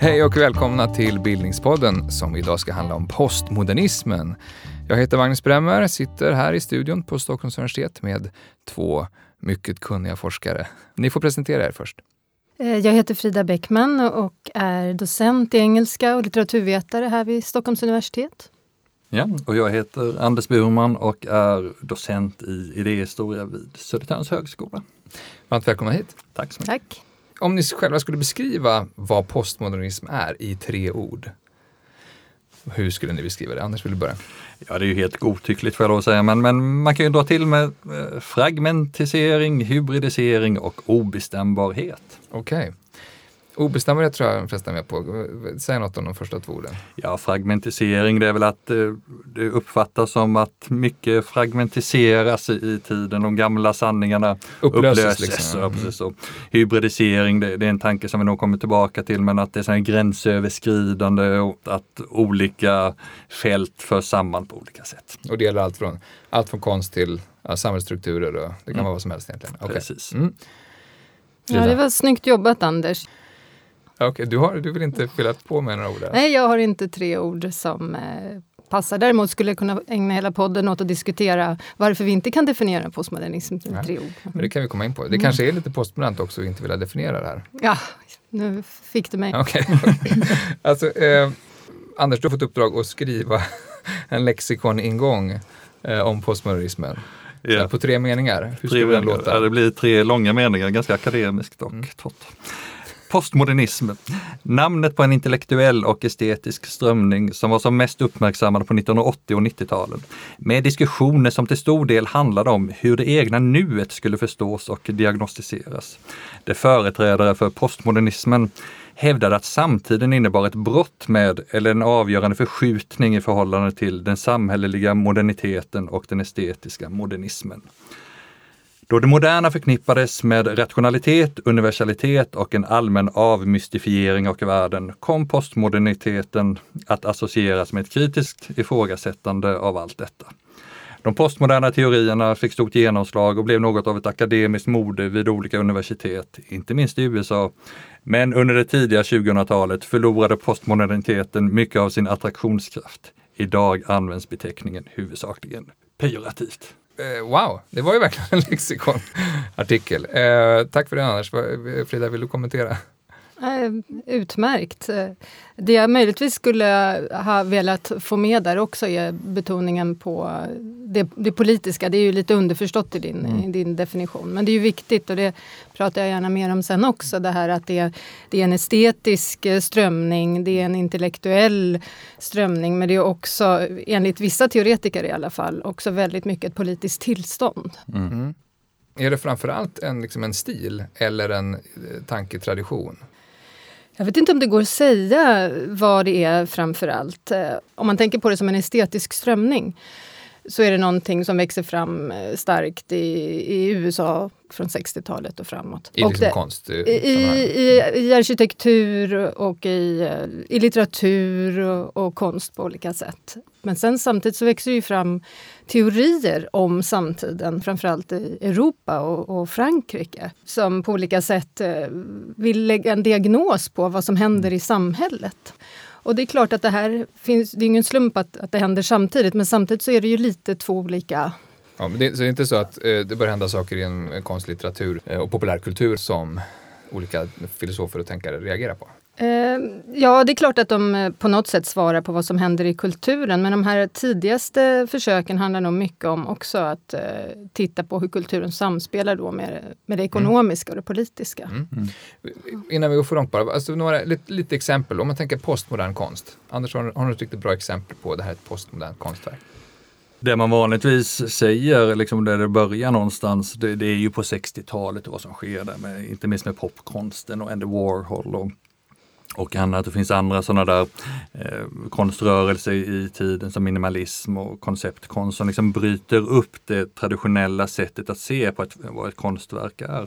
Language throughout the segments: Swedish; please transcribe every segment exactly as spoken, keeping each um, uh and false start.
Hej och välkomna till Bildningspodden som idag ska handla om postmodernismen. Jag heter Magnus Bremmer, sitter här i studion på Stockholms universitet med två mycket kunniga forskare. Ni får presentera er först. Jag heter Frida Bäckman och är docent i engelska och litteraturvetare här vid Stockholms universitet. Ja, och jag heter Anders Burman och är docent i idéhistoria vid Södertörns högskola. Varmt välkomna hit. Tack så mycket. Tack. Om ni själva skulle beskriva vad postmodernism är i tre ord, hur skulle ni beskriva det? Anders, vill du börja? Ja, det är ju helt godtyckligt för jag lov att säga, men, men man kan ju dra till med eh, fragmentisering, hybridisering och obestämbarhet. Okej. Okay. Obestämbarhet tror jag de flesta är med på. Säg något om de första två orden. Ja, fragmentisering det är väl att eh, det uppfattas som att mycket fragmentiseras i, i tiden. De gamla sanningarna upplöses. upplöses Liksom. Ja, precis så. Hybridisering, det, det är en tanke som vi nog kommer tillbaka till, men att det är så här gränsöverskridande och att olika fält förs samman på olika sätt. Och det gäller allt från, allt från konst till ja, samhällsstrukturer och det kan mm. vara vad som helst egentligen. Okay. Precis. Mm. Ja, det var snyggt jobbat, Anders. Okej, okay, du, har, du vill inte fylla på med några ord där? Nej, jag har inte tre ord som eh, passar. Däremot skulle jag kunna ägna hela podden åt att diskutera varför vi inte kan definiera postmodernism med ja, tre ord. Mm. Men det kan vi komma in på. Det mm. kanske är lite postmodernt också att inte vilja definiera det här. Ja, nu fick du mig. Okej. Okay, okay. Alltså, eh, Anders, du har fått uppdrag att skriva en lexikon-ingång eh, om postmodernismen. Yeah. På tre meningar. Hur tre skulle den låta? Ja, det blir tre långa meningar, ganska akademiskt och mm. torrt. Postmodernism. Namnet på en intellektuell och estetisk strömning som var som mest uppmärksammad på nittonhundraåttio- och nittiotalet. Med diskussioner som till stor del handlade om hur det egna nuet skulle förstås och diagnostiseras. Det företrädare för postmodernismen hävdade att samtiden innebar ett brott med eller en avgörande förskjutning i förhållande till den samhälleliga moderniteten och den estetiska modernismen. Då det moderna förknippades med rationalitet, universalitet och en allmän avmystifiering av världen kom postmoderniteten att associeras med ett kritiskt ifrågasättande av allt detta. De postmoderna teorierna fick stort genomslag och blev något av ett akademiskt mode vid olika universitet, inte minst i U S A. Men under det tidiga tjugohundratalet förlorade postmoderniteten mycket av sin attraktionskraft. Idag används beteckningen huvudsakligen pejorativt. Wow, det var ju verkligen en lexikonartikel. Eh, tack för det, Anders. Frida, vill du kommentera? Eh, utmärkt. Det jag möjligtvis skulle ha velat få med där också är betoningen på det, det politiska. Det är ju lite underförstått i din, mm. i din definition. Men det är ju viktigt och det pratar jag gärna mer om sen också. Det här att det, det är en estetisk strömning, det är en intellektuell strömning. Men det är också, enligt vissa teoretiker i alla fall, också väldigt mycket ett politiskt tillstånd. Mm. Mm. Är det framförallt en, liksom en stil eller en eh, tanketradition? Jag vet inte om det går att säga vad det är framförallt. Om man tänker på det som en estetisk strömning så är det någonting som växer fram starkt i, i U S A från sextiotalet och framåt. I, liksom det, konst, i, i, i arkitektur och i, i litteratur och, och konst på olika sätt. Men sen samtidigt så växer det ju fram teorier om samtiden, framförallt i Europa och, och Frankrike, som på olika sätt vill lägga en diagnos på vad som händer i samhället. Och det är klart att det här finns, det är ingen slump att, att det händer samtidigt, men samtidigt så är det ju lite två olika. Ja, men det, så det är inte så att eh, det bör hända saker i en konstlitteratur eh, och populärkultur som olika filosofer och tänkare reagerar på? Eh, ja, det är klart att de på något sätt svarar på vad som händer i kulturen, men de här tidigaste försöken handlar nog mycket om också att eh, titta på hur kulturen samspelar då med, med det ekonomiska mm. och det politiska. Mm. Mm. Innan vi går för långt bara, alltså några, lite, lite exempel, om man tänker postmodern konst. Anders, har, har du ett riktigt bra exempel på det här ett postmodernt konstverk? Det man vanligtvis säger, liksom där det börjar någonstans, det, det är ju på sextiotalet vad som sker där, med, inte minst med popkonsten och Andy Warhol och och annat. Det finns andra sådana där eh, konströrelser i tiden som minimalism och konceptkonst som liksom bryter upp det traditionella sättet att se på ett, vad ett konstverk är.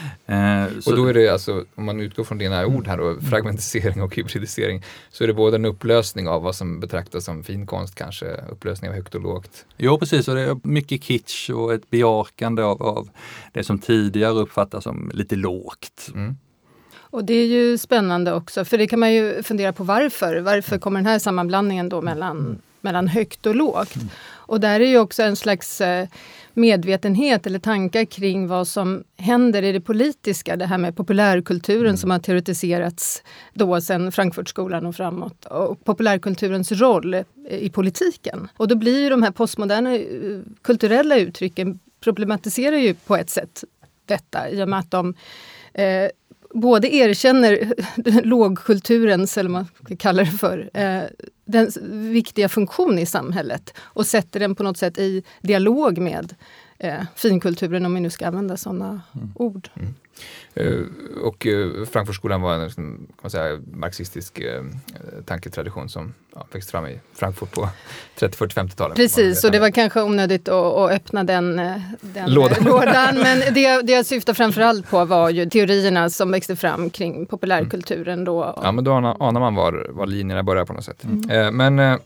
Eh, och då är det alltså, om man utgår från dina ord här då, fragmentisering och hybridisering, så är det både en upplösning av vad som betraktas som fin konst, kanske upplösning av högt och lågt. Jo, precis, och det är mycket kitsch och ett bejakande av, av det som tidigare uppfattas som lite lågt. Mm. Och det är ju spännande också, för det kan man ju fundera på varför. Varför kommer den här sammanblandningen då mellan, mm. mellan högt och lågt? Mm. Och där är ju också en slags medvetenhet eller tankar kring vad som händer i det politiska. Det här med populärkulturen mm. som har teoretiserats då sedan Frankfurtskolan och framåt. Och populärkulturens roll i politiken. Och då blir ju de här postmoderna kulturella uttrycken problematiserar ju på ett sätt detta. I och med att de eh, både erkänner lågkulturens, eller vad man ska kalla det för, eh, den viktiga funktion i samhället och sätter den på något sätt i dialog med eh, finkulturen, om vi nu ska använda sådana mm. ord. Mm. Uh, och uh, Frankfurtskolan var en kan man säga, marxistisk uh, tanketradition som ja, växte fram i Frankfurt på trettio, fyrtio, femtio-talet. Precis, och det var kanske onödigt att, att öppna den, den lådan. lådan. Men det, det jag syftar framförallt på var ju teorierna som växte fram kring populärkulturen då. Ja, men då anar man var, var linjerna börjar på något sätt. Mm. Uh, men uh,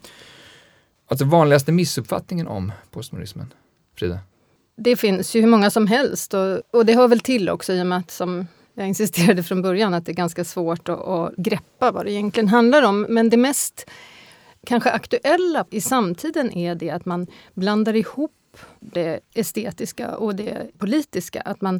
alltså vanligaste missuppfattningen om postmodernismen, Frida? Det finns ju hur många som helst och, och det hör väl till också i och med att, som jag insisterade från början, att det är ganska svårt att, att greppa vad det egentligen handlar om. Men det mest kanske aktuella i samtiden är det att man blandar ihop det estetiska och det politiska. Att man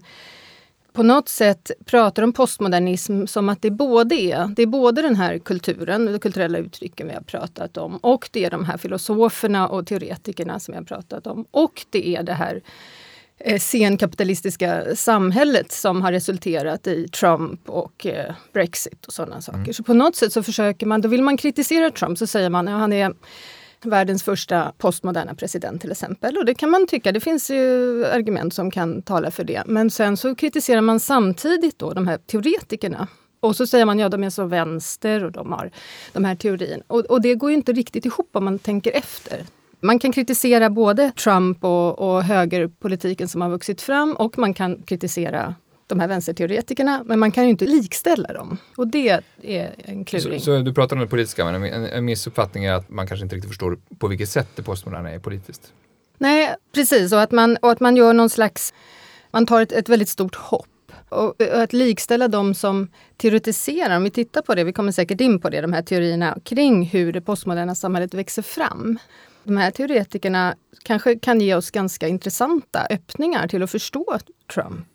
på något sätt pratar om postmodernism som att det både är, det är både den här kulturen, de kulturella uttrycken vi har pratat om, och det är de här filosoferna och teoretikerna som vi har pratat om, och det är det här eh, senkapitalistiska samhället som har resulterat i Trump och eh, Brexit och sådana saker. Mm. Så på något sätt så försöker man, då vill man kritisera Trump, så säger man att ja, han är världens första postmoderna president till exempel. Och det kan man tycka, det finns ju argument som kan tala för det. Men sen så kritiserar man samtidigt då de här teoretikerna. Och så säger man, ja de är så vänster och de har de här teorierna. Och, och det går ju inte riktigt ihop om man tänker efter. Man kan kritisera både Trump och, och högerpolitiken som har vuxit fram, och man kan kritisera de här vänsterteoretikerna, men man kan ju inte likställa dem. Och det är en kluring. Så, så du pratar om det politiska, men en, en missuppfattning är att man kanske inte riktigt förstår på vilket sätt det postmoderna är politiskt. Nej, precis. Och att man, och att man gör någon slags, man tar ett, ett väldigt stort hopp. Och, och att likställa dem som teoretiserar, om vi tittar på det, vi kommer säkert in på det, de här teorierna kring hur det postmoderna samhället växer fram. De här teoretikerna kanske kan ge oss ganska intressanta öppningar till att förstå Trump.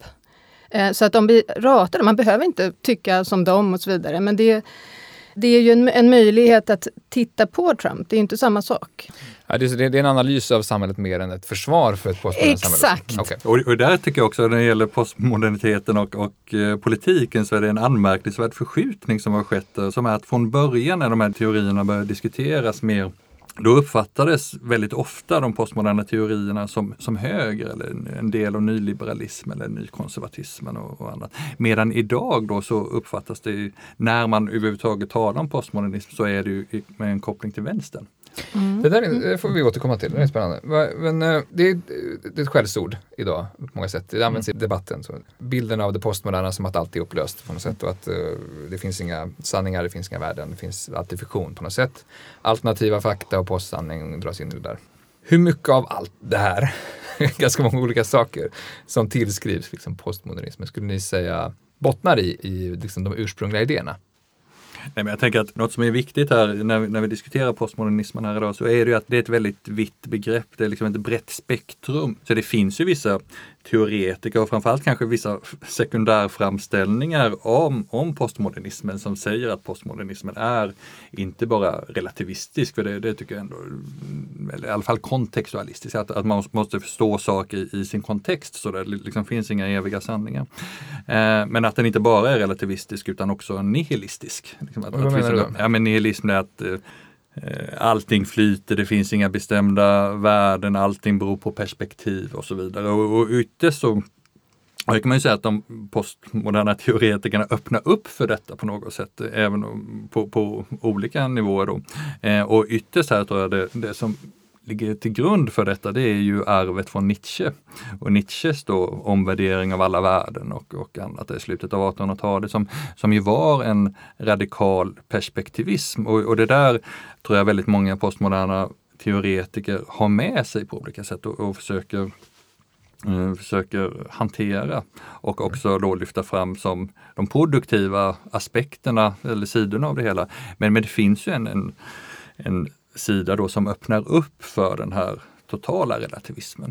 Så att om vi ratar, man behöver inte tycka som dem och så vidare, men det, det är ju en, en möjlighet att titta på Trump, det är inte samma sak. Ja, det, är, det är en analys av samhället mer än ett försvar för ett postmodernt samhälle. Exakt. Okay. Och, och där tycker jag också, när det gäller postmoderniteten och, och eh, politiken, så är det en anmärkningsvärd förskjutning som har skett, som är att från början när de här teorierna började diskuteras mer, då uppfattades väldigt ofta de postmoderna teorierna som, som höger eller en, en del av nyliberalism eller nykonservatismen och, och annat. Medan idag då så uppfattas det, när man överhuvudtaget talar om postmodernism, så är det ju med en koppling till vänstern. Mm. Det där är, det får vi återkomma till, det är spännande. Men det är, det är ett skällsord idag på många sätt. Det används mm. i debatten. Så bilden av det postmoderna som att allt är upplöst på något sätt, och att uh, det finns inga sanningar, det finns inga värden, det finns alltid fiktion på något sätt. Alternativa fakta och postsanning dras in i det där. Hur mycket av allt det här, ganska många olika saker, som tillskrivs liksom postmodernismen, skulle ni säga bottnar i, i liksom de ursprungliga idéerna? Nej, men jag tänker att något som är viktigt här när vi, när vi diskuterar postmodernismen här idag, så är det ju att det är ett väldigt vitt begrepp. Det är liksom ett brett spektrum. Så det finns ju vissa teoretiker och framförallt kanske vissa sekundärframställningar om, om postmodernismen som säger att postmodernismen är inte bara relativistisk, för det, det tycker jag ändå, eller i alla fall kontextualistisk, att, att man måste förstå saker i, i sin kontext, så det liksom finns inga eviga sanningar. Eh, men att den inte bara är relativistisk utan också nihilistisk. Liksom att, Vad menar du då? Ja, men nihilism är att eh, allting flyter, det finns inga bestämda värden, allting beror på perspektiv och så vidare. Och, och ytterst så och kan man ju säga att de postmoderna teoretikerna öppnar upp för detta på något sätt, även på, på olika nivåer då. Eh, och ytterst här tror jag det, det som ligger till grund för detta, det är ju arvet från Nietzsche. Och Nietzsches då omvärdering av alla värden och, och annat i slutet av artonhundratalet som, som ju var en radikal perspektivism. Och, och det där tror jag väldigt många postmoderna teoretiker har med sig på olika sätt och, och försöker eh, försöker hantera och också då lyfta fram som de produktiva aspekterna eller sidorna av det hela. Men, men det finns ju en, en, en sida då som öppnar upp för den här totala relativismen.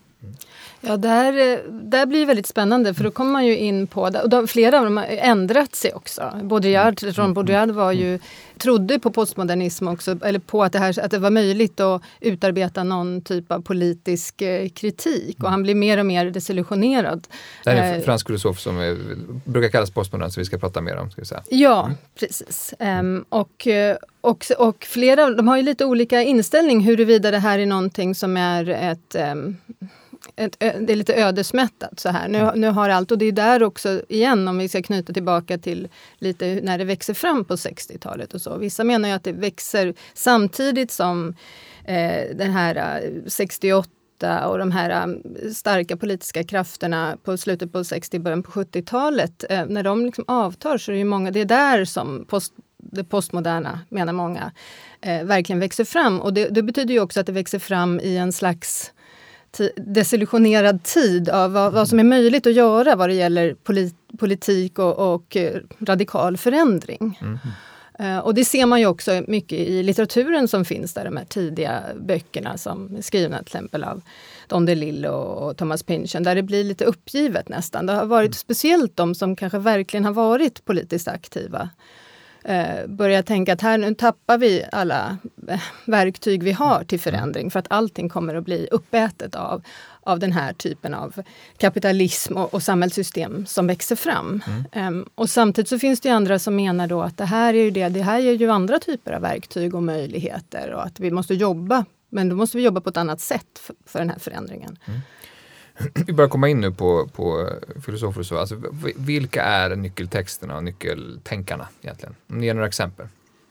Ja, där, där blir det väldigt spännande för då kommer man ju in på, och då, flera av dem har ändrat sig också. Baudrillard, Jean Baudrillard var ju, trodde på postmodernism också, eller på att det, här, att det var möjligt att utarbeta någon typ av politisk eh, kritik och han blir mer och mer desillusionerad. Det här är en fransk filosof som är, brukar kallas postmodern, så vi ska prata mer om, ska vi säga. Ja, mm. precis. Um, och, och, och flera, de har ju lite olika inställning huruvida det här är någonting som är ett... Um, Ett, det är lite ödesmättat så här. Nu, nu har allt, och det är där också igen, om vi ska knyta tillbaka till lite när det växer fram på sextiotalet och så. Vissa menar ju att det växer samtidigt som eh, den här eh, sextioåtta och de här eh, starka politiska krafterna på slutet på sextio, början på sjuttiotalet. Eh, när de liksom avtar så är det ju många, det är där som post, det postmoderna, menar många, eh, verkligen växer fram. Och det, det betyder ju också att det växer fram i en slags desillusionerad tid av vad, vad som är möjligt att göra vad det gäller polit, politik och, och radikal förändring. Mm. Uh, och det ser man ju också mycket i litteraturen som finns där, de här tidiga böckerna som är skrivna till exempel av Don DeLillo och, och Thomas Pynchon, där det blir lite uppgivet nästan. Det har varit mm. speciellt de som kanske verkligen har varit politiskt aktiva. Uh, börja tänka att här nu tappar vi alla uh, verktyg vi har till förändring för att allting kommer att bli uppätet av, av den här typen av kapitalism och, och samhällssystem som växer fram. Mm. Um, och samtidigt så finns det ju andra som menar då att det här är ju det, det här är ju andra typer av verktyg och möjligheter och att vi måste jobba, men då måste vi jobba på ett annat sätt för, för den här förändringen. Mm. Vi börjar komma in nu på, på filosofer och så. Alltså, vilka är nyckeltexterna och nyckeltänkarna egentligen? Om ni ger några exempel.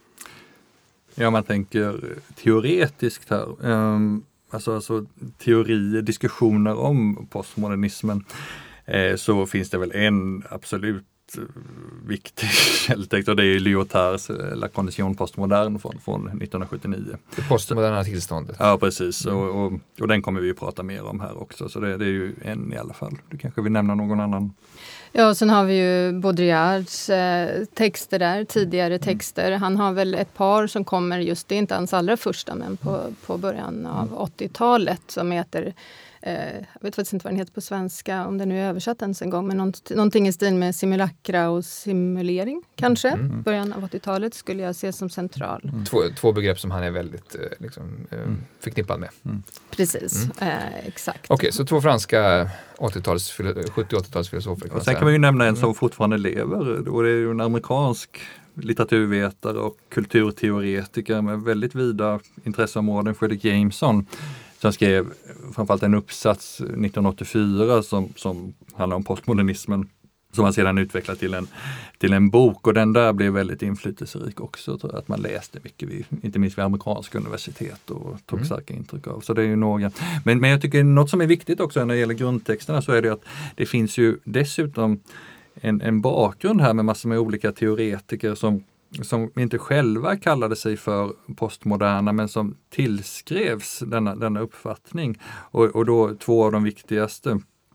Ja, man tänker teoretiskt här. Um, alltså, alltså teorier, diskussioner om postmodernismen. Eh, så finns det väl en absolut viktig källtext och det är Lyotards La condition postmoderne från, från nittonhundrasjuttionio. Det postmoderna tillståndet. Ja, precis. Mm. Och, och, och den kommer vi ju prata mer om här också. Så det, det är ju en i alla fall. Du kanske vill nämna någon annan? Ja, och sen har vi ju Baudrillards eh, texter där, tidigare texter. Mm. Han har väl ett par som kommer just, det är inte hans allra första, men på, på början av mm. åttiotalet som heter jag vet faktiskt inte vad den heter på svenska, om den nu är översatt ens en gång, men något, någonting i stil med simulakra och simulering kanske. Mm. Början av åttiotalet skulle jag se som central. Mm. Två, två begrepp som han är väldigt liksom, mm. förknippad med. Mm. Precis, mm. Eh, exakt. Okej, okay, så två franska åttio-tals, sjuttio-åttio-tals filosofer. Och sen kan man ju nämna en som fortfarande lever, och det är ju en amerikansk litteraturvetare och kulturteoretiker med väldigt vida intresseområden, Fredric Jameson, som skrev framförallt en uppsats nittonhundraåttiofyra som, som handlar om postmodernismen, som han sedan utvecklat till en, till en bok, och den där blev väldigt inflytelserik också, tror jag, att man läste mycket, vid, inte minst vid amerikanska universitet och tog mm. starka intryck av. Så det är ju några. Men, men jag tycker något som är viktigt också när det gäller grundtexterna, så är det att det finns ju dessutom en, en bakgrund här med massor med olika teoretiker som som inte själva kallade sig för postmoderna, men som tillskrevs denna, denna uppfattning. Och, och då två av de viktigaste,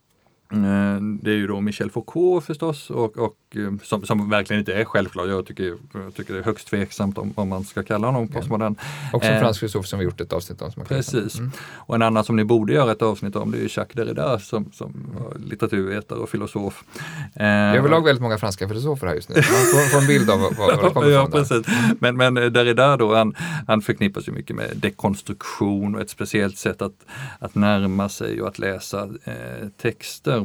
eh, det är ju då Michel Foucault förstås, och, och som, som verkligen inte är självklart. Jag tycker, jag tycker det är högst tveksamt om, om man ska kalla honom postmodern. Också en fransk filosof som vi gjort ett avsnitt om. Som precis. Mm. Och en annan som ni borde göra ett avsnitt om, det är Jacques Derrida som, som var litteraturvetare och filosof. Det är överlag väldigt många franska filosofer här just nu. Man får, får en bild av vad, vad det kommer ja, från. Precis. Men, men Derrida då, han, han förknippas ju mycket med dekonstruktion och ett speciellt sätt att, att närma sig och att läsa eh, texter.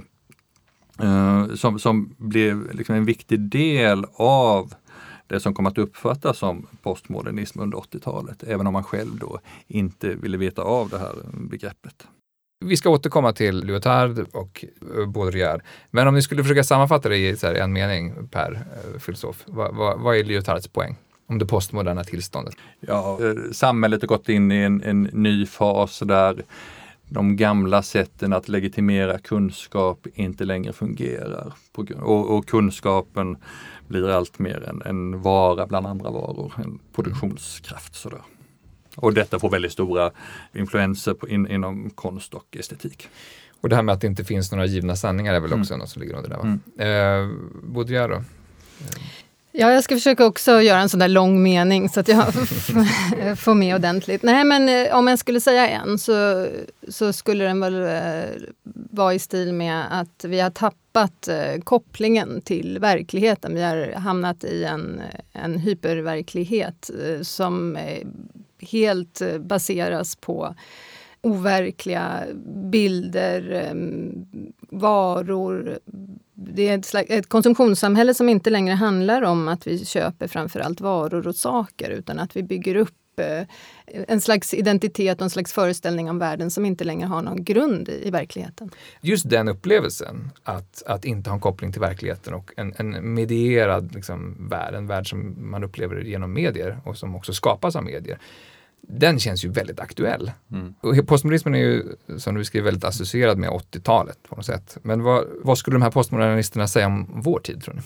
Uh, som, som blev liksom en viktig del av det som kom att uppfattas som postmodernism under åttiotalet, även om man själv då inte ville veta av det här begreppet. Vi ska återkomma till Lyotard och Baudrillard, men om ni skulle försöka sammanfatta det i så här, en mening per uh, filosof, vad, vad, vad är Lyotards poäng om det postmoderna tillståndet? Ja, samhället har gått in i en, en ny fas där de gamla sätten att legitimera kunskap inte längre fungerar. Och, och kunskapen blir allt mer en, en vara bland andra varor, en produktionskraft. Sådär. Och detta får väldigt stora influenser på in, inom konst och estetik. Och det här med att det inte finns några givna sanningar är väl också mm. något som ligger under det, va? Mm. Eh, Baudrillard då? Ja, jag ska försöka också göra en sån där lång mening så att jag får med ordentligt. Nej, men om jag skulle säga en så, så skulle den väl vara i stil med att vi har tappat kopplingen till verkligheten. Vi har hamnat i en, en hyperverklighet som helt baseras på overkliga bilder, varor. Det är ett, slags, ett konsumtionssamhälle som inte längre handlar om att vi köper framförallt varor och saker, utan att vi bygger upp eh, en slags identitet och en slags föreställning om världen som inte längre har någon grund i, i verkligheten. Just den upplevelsen, att, att inte ha en koppling till verkligheten och en, en medierad liksom, värld, en värld som man upplever genom medier och som också skapas av medier. Den känns ju väldigt aktuell. Mm. Och postmodernismen är ju, som du beskriver, väldigt associerad med åttiotalet på något sätt. Men vad, vad skulle de här postmodernisterna säga om vår tid, tror ni?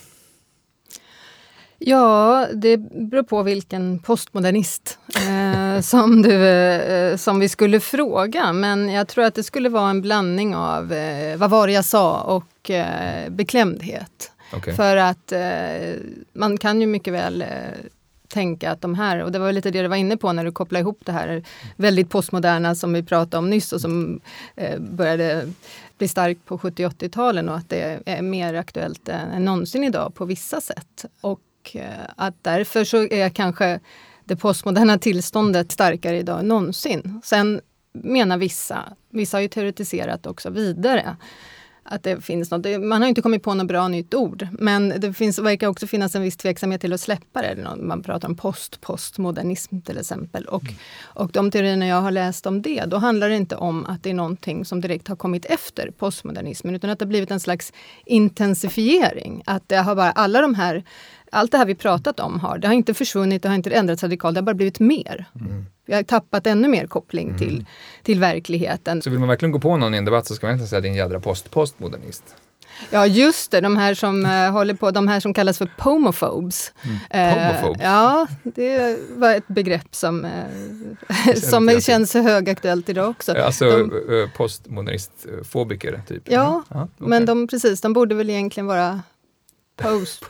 Ja, det beror på vilken postmodernist eh, som, du, eh, som vi skulle fråga. Men jag tror att det skulle vara en blandning av eh, vad var det jag sa och eh, beklämdhet. Okay. För att eh, man kan ju mycket väl... Eh, tänka att de här, och det var lite det du var inne på när du kopplade ihop det här väldigt postmoderna som vi pratade om nyss och som eh, började bli starkt på sjuttio- och åttio-talen, och att det är mer aktuellt än, än någonsin idag på vissa sätt. Och eh, att därför så är kanske det postmoderna tillståndet starkare idag än någonsin. Sen menar vissa, vissa har ju teoretiserat också vidare, att det finns något. Man har inte kommit på något bra nytt ord, men det finns, verkar också finnas en viss tveksamhet till att släppa det. Man pratar om post, postmodernism till exempel. Och, mm. och de teorierna jag har läst om det, då handlar det inte om att det är någonting som direkt har kommit efter postmodernismen, utan att det har blivit en slags intensifiering. Att det har bara alla de här, allt det här vi pratat om har, det har inte försvunnit, det har inte ändrats radikalt, det har bara blivit mer. Mm. Vi har tappat ännu mer koppling mm. till, till verkligheten. Så vill man verkligen gå på någon i en debatt så ska man inte säga att det är en jädra post-postmodernist. Ja, just det. De här som uh, håller på, de här som kallas för pomophobes. Mm. Pomophobes? Uh, ja, det var ett begrepp som, uh, som känns högaktuellt idag också. Alltså de, uh, postmodernistfobiker typ? Ja, ja okay. Men de, precis, de borde väl egentligen vara Post.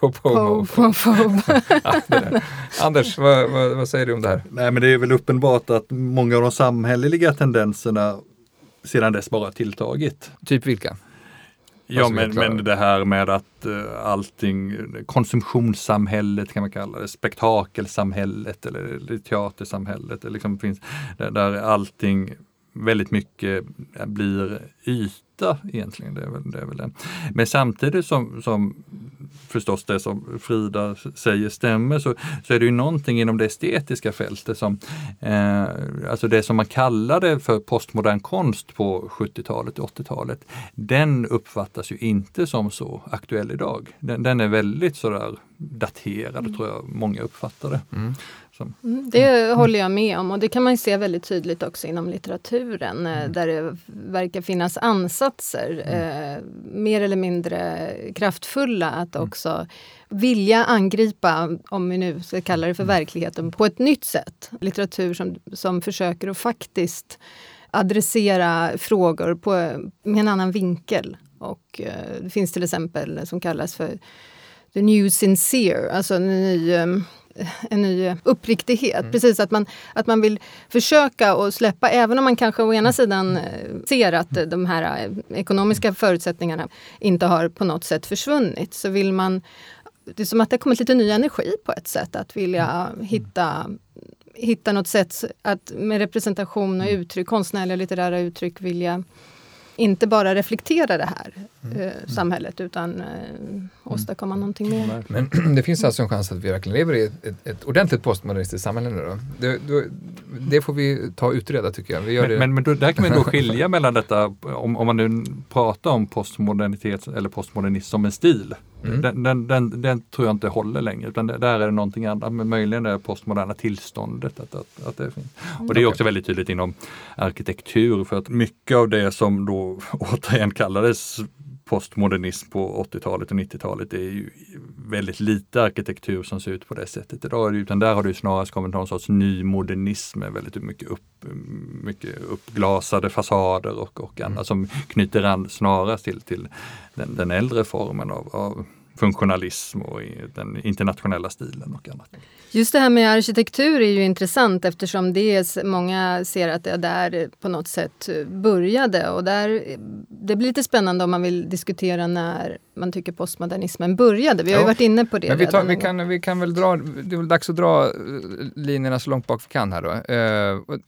Anders, vad, vad, vad säger du om det här? Nej, men det är väl uppenbart att många av de samhälleliga tendenserna sedan dess bara tilltagit. Typ vilka? Ja, men, men det här med att uh, allting, konsumtionssamhället kan man kalla det, spektakelsamhället eller teatersamhället, det liksom finns, där, där allting väldigt mycket blir yta egentligen. Det är väl, det är väl det. Men samtidigt som, som förstås det som Frida säger stämmer, så, så är det ju någonting inom det estetiska fältet som, eh, alltså det som man kallade för postmodern konst på sjuttiotalet och åttiotalet, den uppfattas ju inte som så aktuell idag. Den, den är väldigt sådär daterad, mm. tror jag många uppfattar det. Mm. Mm, det håller jag med om, och det kan man ju se väldigt tydligt också inom litteraturen mm. där det verkar finnas ansatser mm. eh, mer eller mindre kraftfulla att också vilja angripa, om vi nu ska kalla det för verkligheten, på ett nytt sätt. Litteratur som, som försöker att faktiskt adressera frågor på, med en annan vinkel. Och eh, det finns till exempel som kallas för The New Sincere, alltså en ny... Eh, en ny uppriktighet. Mm. Precis, att man, att man vill försöka att släppa, även om man kanske å ena sidan ser att de här ekonomiska förutsättningarna inte har på något sätt försvunnit, så vill man, det är som att det har kommit lite ny energi på ett sätt, att vilja hitta, hitta något sätt att med representation och uttryck, konstnärliga och litterära uttryck, vilja inte bara reflektera det här mm. eh, samhället, utan eh, åstadkomma mm. någonting mer. Men det finns alltså en chans att vi verkligen lever i ett, ett, ett ordentligt postmodernistiskt samhälle nu då? Det, då, det får vi ta och utreda, tycker jag. Vi gör men det. men, men då, där kan man då skilja mellan detta, om, om man nu pratar om postmodernitet eller postmodernism som en stil. Mm. Den, den, den, den tror jag inte håller längre, utan där är det någonting annat, men möjligen det postmoderna tillståndet att, att, att det är fint. Och det är också väldigt tydligt inom arkitektur, för att mycket av det som då återigen kallades postmodernism på åttiotalet och nittiotalet. Det är ju väldigt lite arkitektur som ser ut på det sättet idag. Utan där har det ju snarare kommit någon sorts ny modernism med väldigt mycket, upp, mycket uppglasade fasader och, och annat som knyter an snarare till, till den, den äldre formen av, av funktionalism och i den internationella stilen och annat. Just det här med arkitektur är ju intressant eftersom det är, många ser att det där på något sätt började och där, det blir lite spännande om man vill diskutera när man tycker postmodernismen började. Vi har ju varit inne på det. Men vi, tar, vi, kan, vi kan väl dra, det är väl dags att dra linjerna så långt bak vi kan här då. Eh,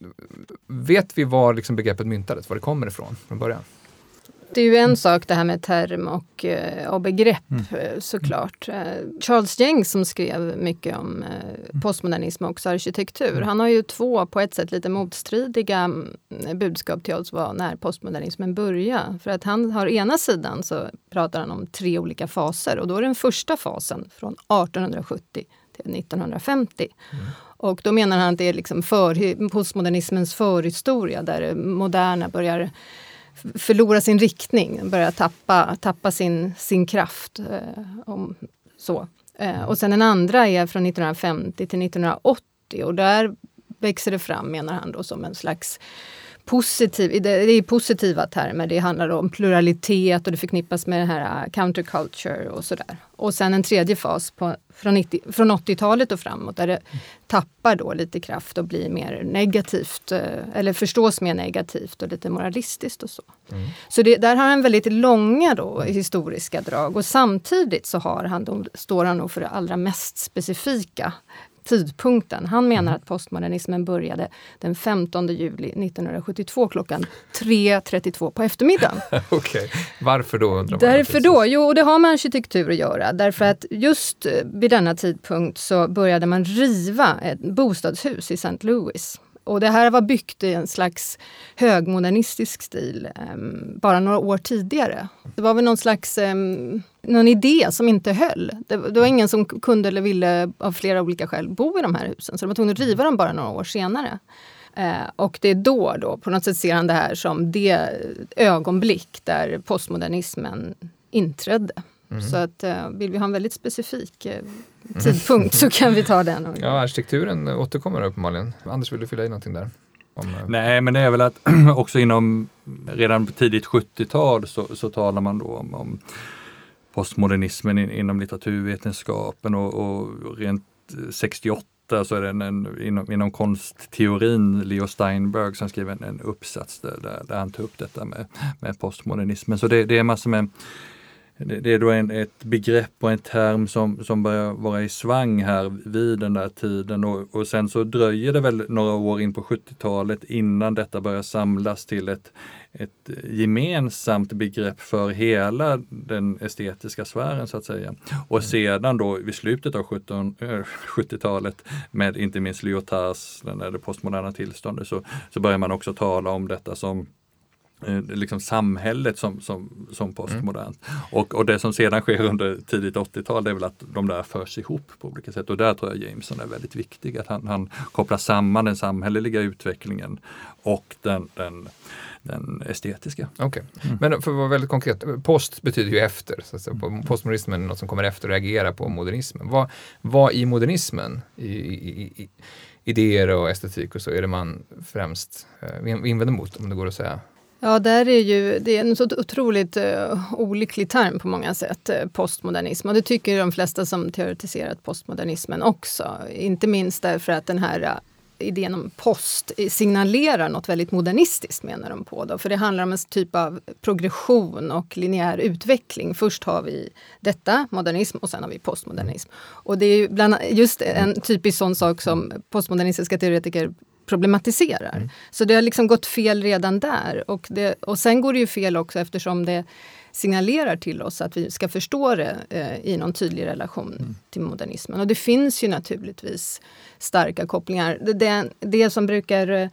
vet vi var liksom begreppet myntades, var det kommer ifrån från början? Det är ju en sak det här med term och, och begrepp mm. såklart. Charles Jenks som skrev mycket om postmodernism och också arkitektur. Mm. Han har ju två på ett sätt lite motstridiga budskap till oss var när postmodernismen började. För att han har ena sidan så pratar han om tre olika faser och då är den första fasen från arton sjuttio till nitton femtio. Mm. Och då menar han att det är liksom för, postmodernismens förhistoria där det moderna börjar förlora sin riktning, börjar tappa, tappa sin, sin kraft. Eh, om, så. Eh, och sen den andra är från nitton femtio till nitton åttio och där växer det fram, menar han då, som en slags positiv, det är positiva termer, det handlar om pluralitet och det förknippas med det här counterculture och sådär. Och sen en tredje fas på, från, nittio, från åttiotalet och framåt där det tappar då lite kraft och blir mer negativt eller förstås mer negativt och lite moralistiskt och så. Mm. Så det, där har han väldigt långa då historiska drag och samtidigt så har han, då, står han nog för det allra mest specifika tidpunkten. Han menar att postmodernismen började den femtonde juli nittonhundrasjuttiotvå klockan tre trettiotvå på eftermiddagen. Okej, okay. Varför då? Undrar man Därför då? Jo, det har med arkitektur att göra. Därför att just vid denna tidpunkt så började man riva ett bostadshus i Saint Louis. Och det här var byggt i en slags högmodernistisk stil um, bara några år tidigare. Det var väl någon slags um, någon idé som inte höll. Det, det var ingen som kunde eller ville av flera olika skäl bo i de här husen. Så de var tvungna att riva dem bara några år senare. Uh, och det är då, då, på något sätt ser han det här som det ögonblick där postmodernismen inträdde. Mm. Så att uh, vill vi ha en väldigt specifik uh, tidpunkt så kan vi ta den. Ja, arkitekturen återkommer uppenbarligen. Anders, vill du fylla i någonting där? Om, uh... Nej, men det är väl att också inom redan tidigt sjuttiotal så, så talar man då om, om postmodernismen in, inom litteraturvetenskapen och, och rent sextioåtta så är det en, en, inom, inom konstteorin Leo Steinberg som skriver en, en uppsats där, där, där han tar upp detta med, med postmodernismen. Så det, det är massor med Det är då en, ett begrepp och en term som, som börjar vara i svang här vid den där tiden och, och sen så dröjer det väl några år in på sjuttiotalet innan detta börjar samlas till ett, ett gemensamt begrepp för hela den estetiska sfären så att säga. Och sedan då vid slutet av sjuttiotalet med inte minst Lyotards, det postmoderna tillståndet, så, så börjar man också tala om detta som liksom samhället som, som, som postmodernt. Mm. Och, och det som sedan sker under tidigt åttiotal det är väl att de där förs ihop på olika sätt. Och där tror jag Jameson är väldigt viktig. Att han, han kopplar samman den samhälleliga utvecklingen och den, den, den estetiska. Okej, okay. mm. Men för att vara väldigt konkret, post betyder ju efter. Så att säga. Postmodernismen är något som kommer efter och reagerar på modernismen. Vad, vad i modernismen, i, i, i idéer och estetik och så, är det man främst eh, invänder mot, om det går att säga? Ja, där är ju, det är en så otroligt uh, olycklig term på många sätt, uh, postmodernism. Och det tycker de flesta som teoretiserat postmodernismen också. Inte minst därför att den här uh, idén om post signalerar något väldigt modernistiskt, menar de på. Då. För det handlar om en typ av progression och linjär utveckling. Först har vi detta, modernism, och sen har vi postmodernism. Och det är ju bland, just en typisk sån sak som postmodernistiska teoretiker problematiserar. Mm. Så det har liksom gått fel redan där. Och, det, och sen går det ju fel också eftersom det signalerar till oss att vi ska förstå det eh, i någon tydlig relation mm. till modernismen. Och det finns ju naturligtvis starka kopplingar. Det, det, det som brukar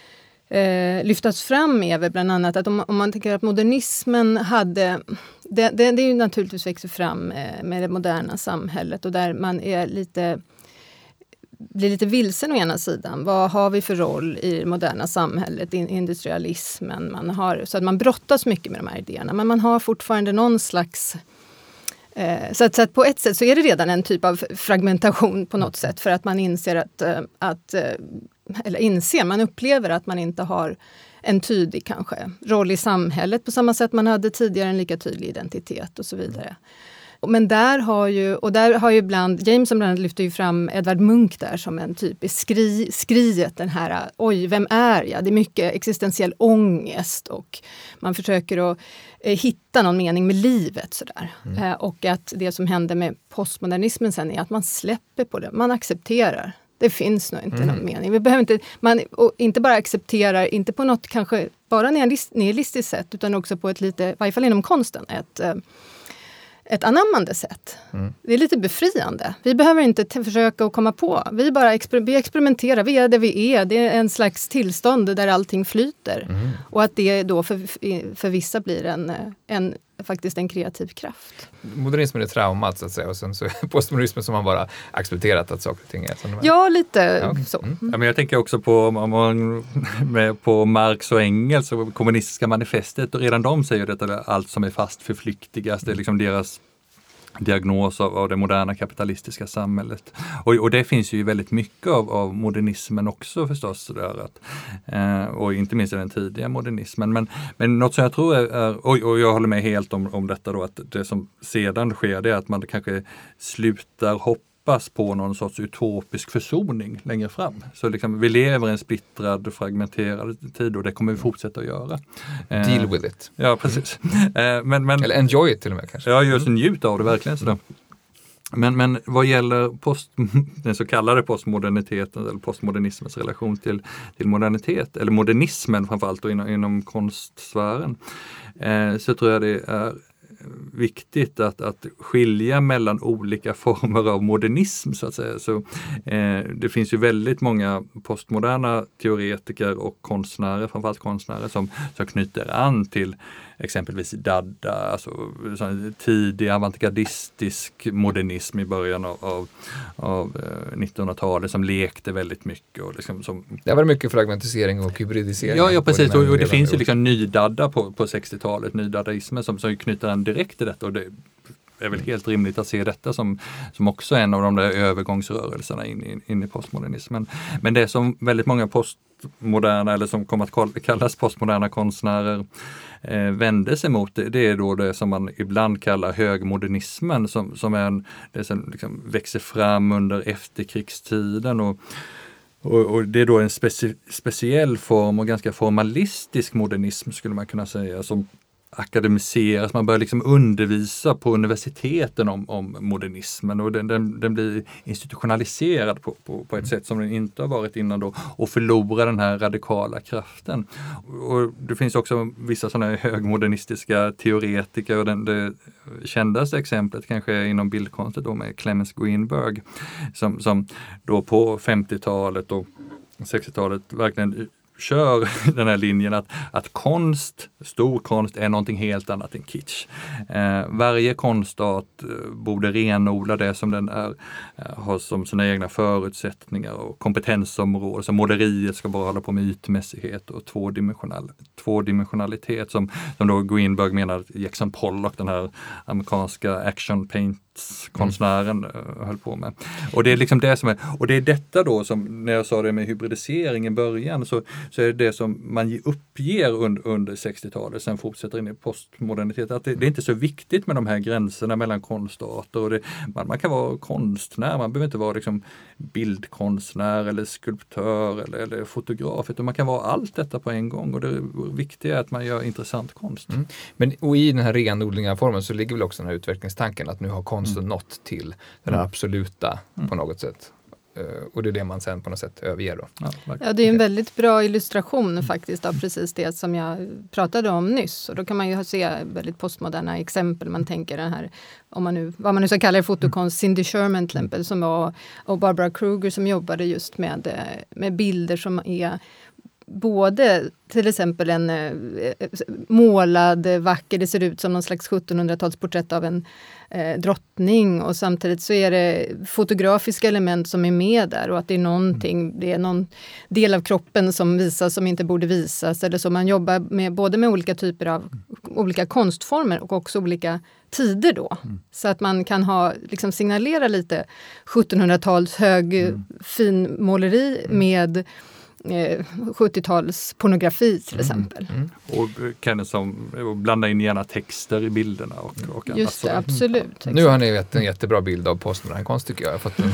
eh, lyftas fram är väl bland annat att om, om man tänker att modernismen hade... Det, det, det är ju naturligtvis växer fram eh, med det moderna samhället och där man är lite... blir lite vilsen å ena sidan. Vad har vi för roll i det moderna samhället, industrialismen? Man har, så att man brottas mycket med de här idéerna, men man har fortfarande någon slags... Eh, så, att, så att på ett sätt så är det redan en typ av fragmentation på något sätt, för att man inser att, eh, att eh, eller inser, man upplever att man inte har en tydlig kanske roll i samhället på samma sätt man hade tidigare, en lika tydlig identitet och så vidare. Men där har ju, och där har ju ibland, Jameson bland annat lyfter ju fram Edvard Munch där som en typisk skri, skriet, den här, oj, vem är jag? Det är mycket existentiell ångest och man försöker att eh, hitta någon mening med livet sådär. Mm. Eh, och att det som händer med postmodernismen sen är att man släpper på det, man accepterar. Det finns nog inte mm. någon mening. Vi behöver inte, man och inte bara accepterar, inte på något kanske bara nihilistiskt sätt, utan också på ett lite, i varje fall inom konsten, ett eh, ett anammande sätt. Mm. Det är lite befriande. Vi behöver inte t- försöka att komma på. Vi bara exper- vi experimenterar. Vi är det vi är. Det är en slags tillstånd där allting flyter. Mm. Och att det då för, för vissa blir en, en, faktiskt en kreativ kraft. Modernismen är traumat så att säga. Och sen så är postmodernismen som man bara accepterat att saker och ting är som de är. Ja, lite ja, okay. så. Mm. Ja, men jag tänker också på, med, på Marx och Engels och kommunistiska manifestet. Och redan de säger detta, allt som är fast förflyktigas. Det är liksom deras diagnos av, av det moderna kapitalistiska samhället. Och, och det finns ju väldigt mycket av, av modernismen också förstås. Där, att, eh, och inte minst den tidiga modernismen. Men, men något som jag tror är, är och, och jag håller med helt om, om detta då, att det som sedan sker det är att man kanske slutar hoppas på någon sorts utopisk försoning längre fram. Så liksom, vi lever i en splittrad, fragmenterad tid och det kommer vi fortsätta att göra. Deal with it. Ja, precis. men, men, Eller enjoy it till och med kanske. Ja, just njut av det verkligen. Sådär. Men, men vad gäller post, den så kallade postmoderniteten eller postmodernismens relation till, till modernitet, eller modernismen framförallt då inom, inom konstsfären, eh, så tror jag det är viktigt att, att skilja mellan olika former av modernism så att säga. Så, eh, det finns ju väldigt många postmoderna teoretiker och konstnärer, framförallt konstnärer som, som knyter an till exempelvis Dada, alltså tidig avantgardistisk modernism i början av, av, av nittonhundratalet som lekte väldigt mycket. Och liksom som, det var mycket fragmentisering och hybridisering. Ja, ja precis. Och, och det finns ju liksom nydadda på, på sextiotalet, nydadaismen som, som knyter an direkt till detta. Och det är väl helt rimligt att se detta som, som också en av de där övergångsrörelserna in, in, in i postmodernismen. Men det som väldigt många postmoderna, eller som kommer att kallas postmoderna konstnärer, eh, vände sig mot, det, det är då det som man ibland kallar högmodernismen, som, som är en, det som liksom växer fram under efterkrigstiden och Och, och det är då en speci- speciell form och ganska formalistisk modernism skulle man kunna säga, som akademiseras. Man börjar liksom undervisa på universiteten om, om modernismen och den, den, den blir institutionaliserad på, på, på ett sätt som den inte har varit innan då och förlorar den här radikala kraften. Och det finns också vissa sådana här högmodernistiska teoretiker och den, det kändaste exemplet kanske är inom bildkonsten då med Clemens Greenberg som, som då på femtiotalet och sextiotalet verkligen kör den här linjen att, att konst, stor konst är någonting helt annat än kitsch. Eh, varje konstart eh, borde renodla det som den är, eh, har som sina egna förutsättningar och kompetensområden. Så måleriet ska bara hålla på med ytmässighet och tvådimensional, tvådimensionalitet som, som då Greenberg menar att Jackson Pollock, den här amerikanska action paint konstnären mm. höll på med. Och det är liksom det som är, och det är detta då som, när jag sa det med hybridisering i början, så, så är det det som man uppger under, under sextiotalet, sen fortsätter in i postmodernitet, att det, det är inte så viktigt med de här gränserna mellan konstarter och det, man, man kan vara konstnär, man behöver inte vara liksom bildkonstnär eller skulptör eller, eller fotograf, utan man kan vara allt detta på en gång och det viktiga är att man gör intressant konst. Mm. Men och i den här renodlingen av formen så ligger väl också den här utvecklingstanken att nu har konst Mm. nått till den här absoluta mm. på något sätt. Uh, och det är det man sen på något sätt överger då. Ja, ja, det är en väldigt bra illustration mm. faktiskt av precis det som jag pratade om nyss. Och då kan man ju se väldigt postmoderna exempel. Man tänker den här, om man nu, vad man nu ska kalla det, fotokonst, Cindy Sherman till exempel, som var, och Barbara Kruger som jobbade just med, med bilder som är både till exempel en eh, målad, vacker, det ser ut som någon slags sjuttonhundratalsporträtt av en eh, drottning, och samtidigt så är det fotografiska element som är med där, och att det är någonting, det är någon del av kroppen som visas som inte borde visas, eller så. Man jobbar med, både med olika typer av olika konstformer och också olika tider då. Mm. Så att man kan ha, liksom signalera lite sjuttonhundratals hög mm. fin måleri mm. med eh, sjuttio-tals pornografi till exempel. Mm. Mm. Och kan det som blanda in gärna texter i bilderna och, och annat. Just det, absolut. Mm. Nu har ni en jättebra bild av postmodern konst tycker jag. jag fått en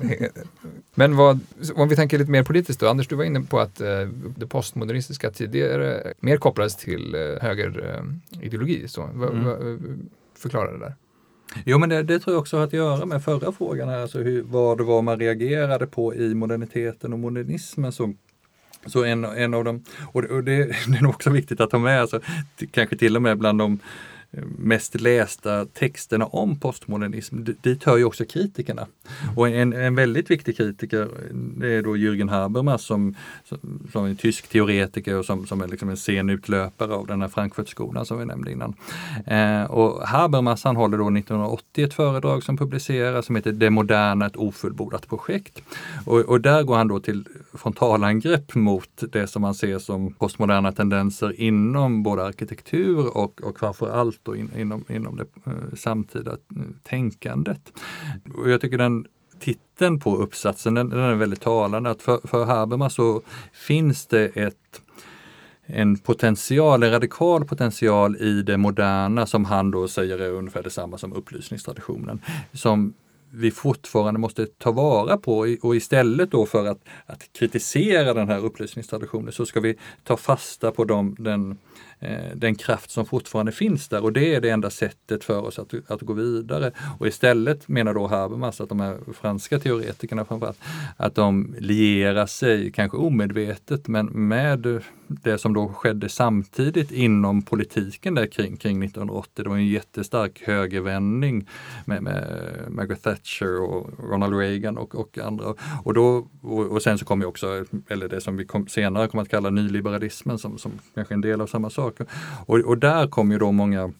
Men vad, om vi tänker lite mer politiskt då. Anders, du var inne på att eh, det postmodernistiska tidigare mer kopplades till eh, högerideologi. Så, va, mm. va, förklara det där. Jo, men det, det tror jag också har att göra med förra frågan här, alltså hur, vad det var man reagerade på i moderniteten och modernismen. Så, så en, en av dem, och det, och det, det är nog också viktigt att ta med, alltså, kanske till och med bland de mest lästa texterna om postmodernism, dit hör ju också kritikerna. Och en, en väldigt viktig kritiker, det är då Jürgen Habermas som, som, som är en tysk teoretiker och som, som är liksom en sen utlöpare av den här Frankfurtskolan som vi nämnde innan. Eh, och Habermas, han håller då nittonhundraåttio ett föredrag som publiceras som heter Det moderna, ett ofullbordat projekt. Och, och där går han då till frontalangrepp mot det som man ser som postmoderna tendenser inom både arkitektur och, och framförallt då in, inom, inom det eh, samtida tänkandet. Och jag tycker den titeln på uppsatsen, den, den är väldigt talande. Att för, för Habermas så finns det ett, en potential, en radikal potential i det moderna som han då säger är ungefär detsamma som upplysningstraditionen. Som vi fortfarande måste ta vara på, och istället då för att, att kritisera den här upplysningstraditionen så ska vi ta fasta på dem, den den kraft som fortfarande finns där, och det är det enda sättet för oss att, att gå vidare. Och istället menar då Habermas att de här franska teoretikerna framförallt, att de lierar sig, kanske omedvetet, men med det som då skedde samtidigt inom politiken där kring, kring nittonhundraåttio. Det var en jättestark högervändning med, med Margaret Thatcher och Ronald Reagan och, och andra. Och, då, och, och sen så kom ju också, eller det som vi kom, senare kommer att kalla nyliberalismen som, som kanske är en del av samma sak. Och, och där kom ju då många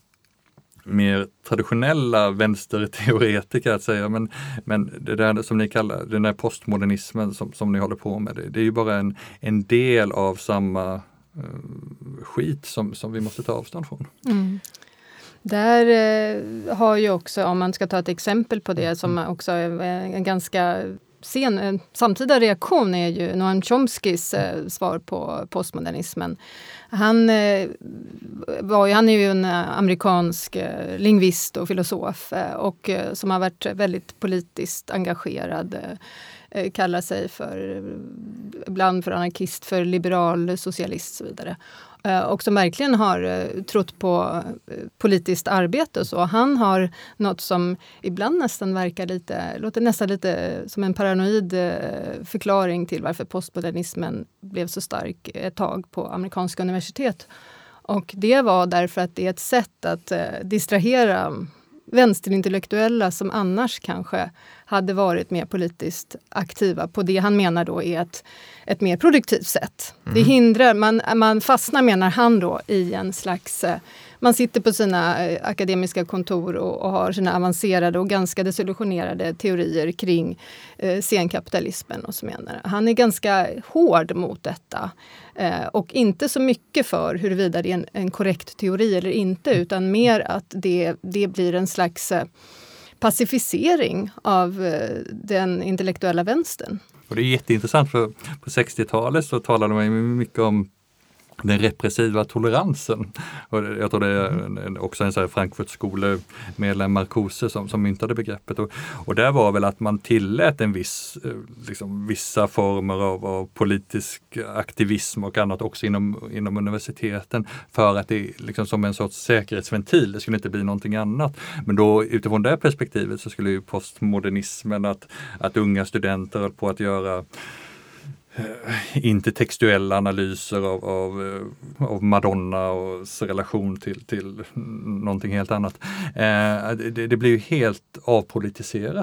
mer traditionella vänsterteoretiker att säga, men, men det där som ni kallar, den där postmodernismen som, som ni håller på med, det, det är ju bara en, en del av samma uh, skit som, som vi måste ta avstånd från. Mm. Där eh, har ju också, om man ska ta ett exempel på det, som också är en ganska sen, en samtida reaktion, är ju Noam Chomskys eh, svar på postmodernismen. Han, eh, var ju, han är ju en amerikansk eh, lingvist och filosof eh, och eh, som har varit väldigt politiskt engagerad. Eh, kallar sig för, ibland för anarkist, för liberal, socialist och så vidare. Eh, och som verkligen har eh, trott på eh, politiskt arbete och så. Han har något som ibland nästan verkar lite, låter nästan lite som en paranoid eh, förklaring till varför postmodernismen blev så stark ett tag på amerikanska universitet. Och det var därför att det är ett sätt att eh, distrahera vänsterintellektuella som annars kanske hade varit mer politiskt aktiva på det han menar då är ett, ett mer produktivt sätt. Mm. Det hindrar, man, man fastnar, menar han då, i en slags, man sitter på sina akademiska kontor och, och har sina avancerade och ganska desillusionerade teorier kring eh, senkapitalismen och så menar. Han är ganska hård mot detta eh, och inte så mycket för huruvida det är en, en korrekt teori eller inte, utan mer att det, det blir en slags eh, pacificering av eh, den intellektuella vänstern. Och det är jätteintressant, för på sextiotalet så talade man mycket om den repressiva toleransen. Och jag tror det är en, också en sån här Frankfurtskolemedlem Marcuse som, som myntade begreppet. Och, och där var väl att man tillät en viss, liksom, vissa former av, av politisk aktivism och annat också inom, inom universiteten, för att det liksom som en sorts säkerhetsventil, det skulle inte bli någonting annat. Men då utifrån det perspektivet så skulle ju postmodernismen, att, att unga studenter höll på att göra inte textuella analyser av, av, av Madonna och relation till, till någonting helt annat. Eh, det, det blir ju helt avpolitiserat.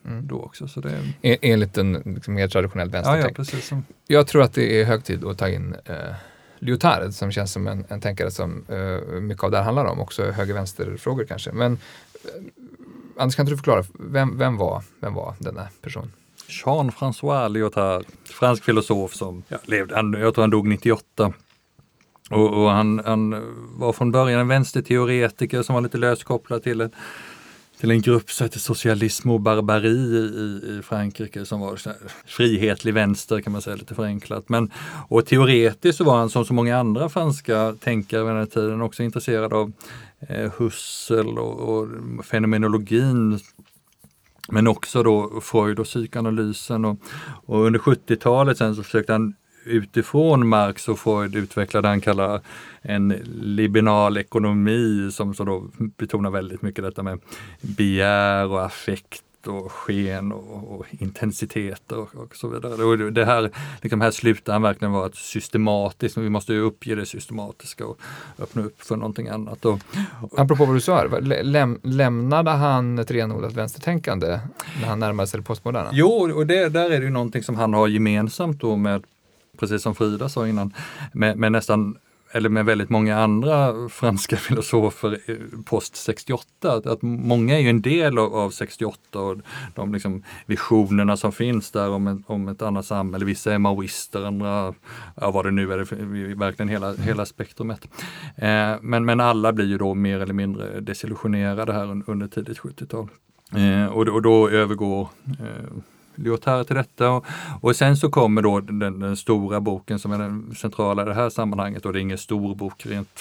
mm. då också. Så det är... En, enligt en liksom, mer traditionell vänstertänk. Ja, ja, precis. Jag tror att det är hög tid att ta in eh, Lyotard som känns som en, en tänkare som eh, mycket av det här handlar om, också höger-vänster-frågor kanske. Men eh, Anders, kan inte du förklara, vem, vem, var, vem var denna person? Jean-François Lyotard, fransk filosof som ja, levde, han, jag tror han dog nittioåtta. Och, och han, han var från början en vänsterteoretiker som var lite löskopplad till en, till en grupp som heter Socialism och barbari i, i Frankrike som var så här, frihetlig vänster kan man säga lite förenklat. Men, och teoretiskt så var han som så många andra franska tänkare vid den här tiden också intresserad av eh, Husserl och, och fenomenologin. Men också då Freud och psykoanalysen och, och under sjuttiotalet sen så försökte han utifrån Marx och Freud utveckla det han kallar en liberal ekonomi som så då betonar väldigt mycket detta med begär och affekt och sken och, och intensitet och, och så vidare. Och det här, liksom här slutar han verkligen vara ett systematiskt, vi måste ju uppge det systematiska och öppna upp för någonting annat. Och, och, Apropå vad du sa, läm, lämnade han ett renodlat vänstertänkande när han närmade sig det postmoderna? Jo, och det, där är det ju någonting som han har gemensamt då med, precis som Frida sa innan, med, med nästan eller med väldigt många andra franska filosofer post sextioåtta, att, att många är ju en del av, av sextioåtta och de liksom visionerna som finns där om, en, om ett annat samhälle. Vissa är maoister, andra, ja vad det nu är, det, verkligen hela, hela spektrumet. Eh, men, men alla blir ju då mer eller mindre desillusionerade här under, under tidigt sjuttiotal. Eh, och, och då övergår eh, Lyotard till detta och, och sen så kommer då den, den stora boken som är den centrala i det här sammanhanget och det är ingen stor bok rent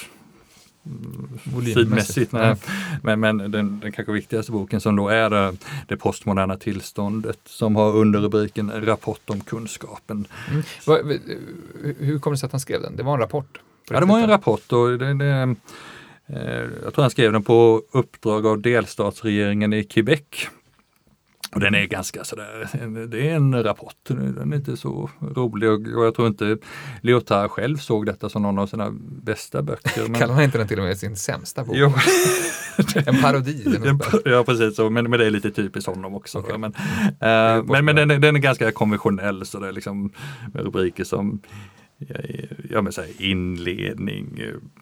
sidmässigt, nej. Men, men den, den kanske viktigaste boken som då är det, det postmoderna tillståndet som har underrubriken Rapport om kunskapen. Mm. Va, hur kommer det sig att han skrev den? Det var en rapport? Ja, det var en rapport och det, det, jag tror han skrev den på uppdrag av delstatsregeringen i Quebec. Och den är ganska sådär, det är en rapport, den är inte så rolig och jag tror inte Lyotard själv såg detta som någon av sina bästa böcker. Men... Kallar han inte den till och med sin sämsta bok? Jo. En parodi. Ja, precis, så, men, men det är lite typiskt honom också. Okay. Men, äh, men, men den, den är ganska konventionell, så det är liksom rubriker som ja, men så här, inledning,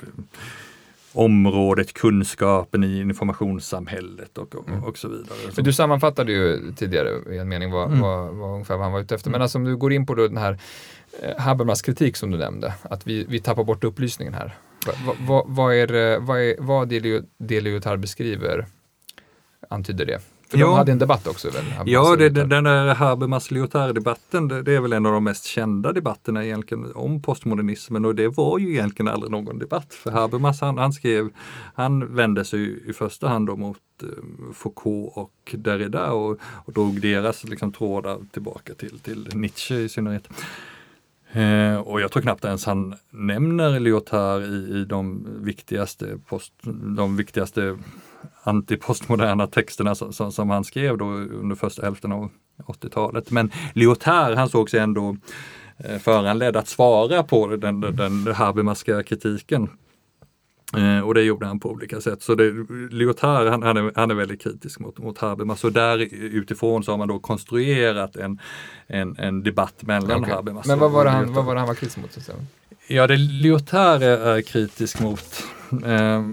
området, kunskapen i informationssamhället och, och, och så vidare. Men du sammanfattade ju tidigare i en mening vad, mm. vad, vad, ungefär vad han var ute efter. Men alltså om du går in på då den här eh, Habermas kritik som du nämnde, att vi, vi tappar bort upplysningen här. Va, va, va, vad är, vad är vad det Lyotard beskriver antyder det? För ja. De hade en debatt också väl? Habermas ja, det, den där Habermas-Lyotard-debatten, det, det är väl en av de mest kända debatterna egentligen om postmodernismen och det var ju egentligen aldrig någon debatt. För Habermas, han, han skrev, han vände sig i första hand då mot eh, Foucault och Derrida och, och drog deras liksom, trådar tillbaka till, till Nietzsche i synnerhet. Eh, och jag tror knappt ens han nämner Lyotard i, i de viktigaste post, de viktigaste antipostmoderna texterna som, som, som han skrev då under första hälften av åttiotalet. Men Lyotard, han såg sig ändå eh, föranledd att svara på den, den, den Habermaska kritiken. Eh, och det gjorde han på olika sätt. Så det, Lyotard, han, han, är, han är väldigt kritisk mot, mot Habermas. Så där utifrån så har man då konstruerat en, en, en debatt mellan okay. Habermas. Men vad var, det han, vad var det han var kritisk mot? Så? Ja, det Lyotard är, är kritisk mot... Eh,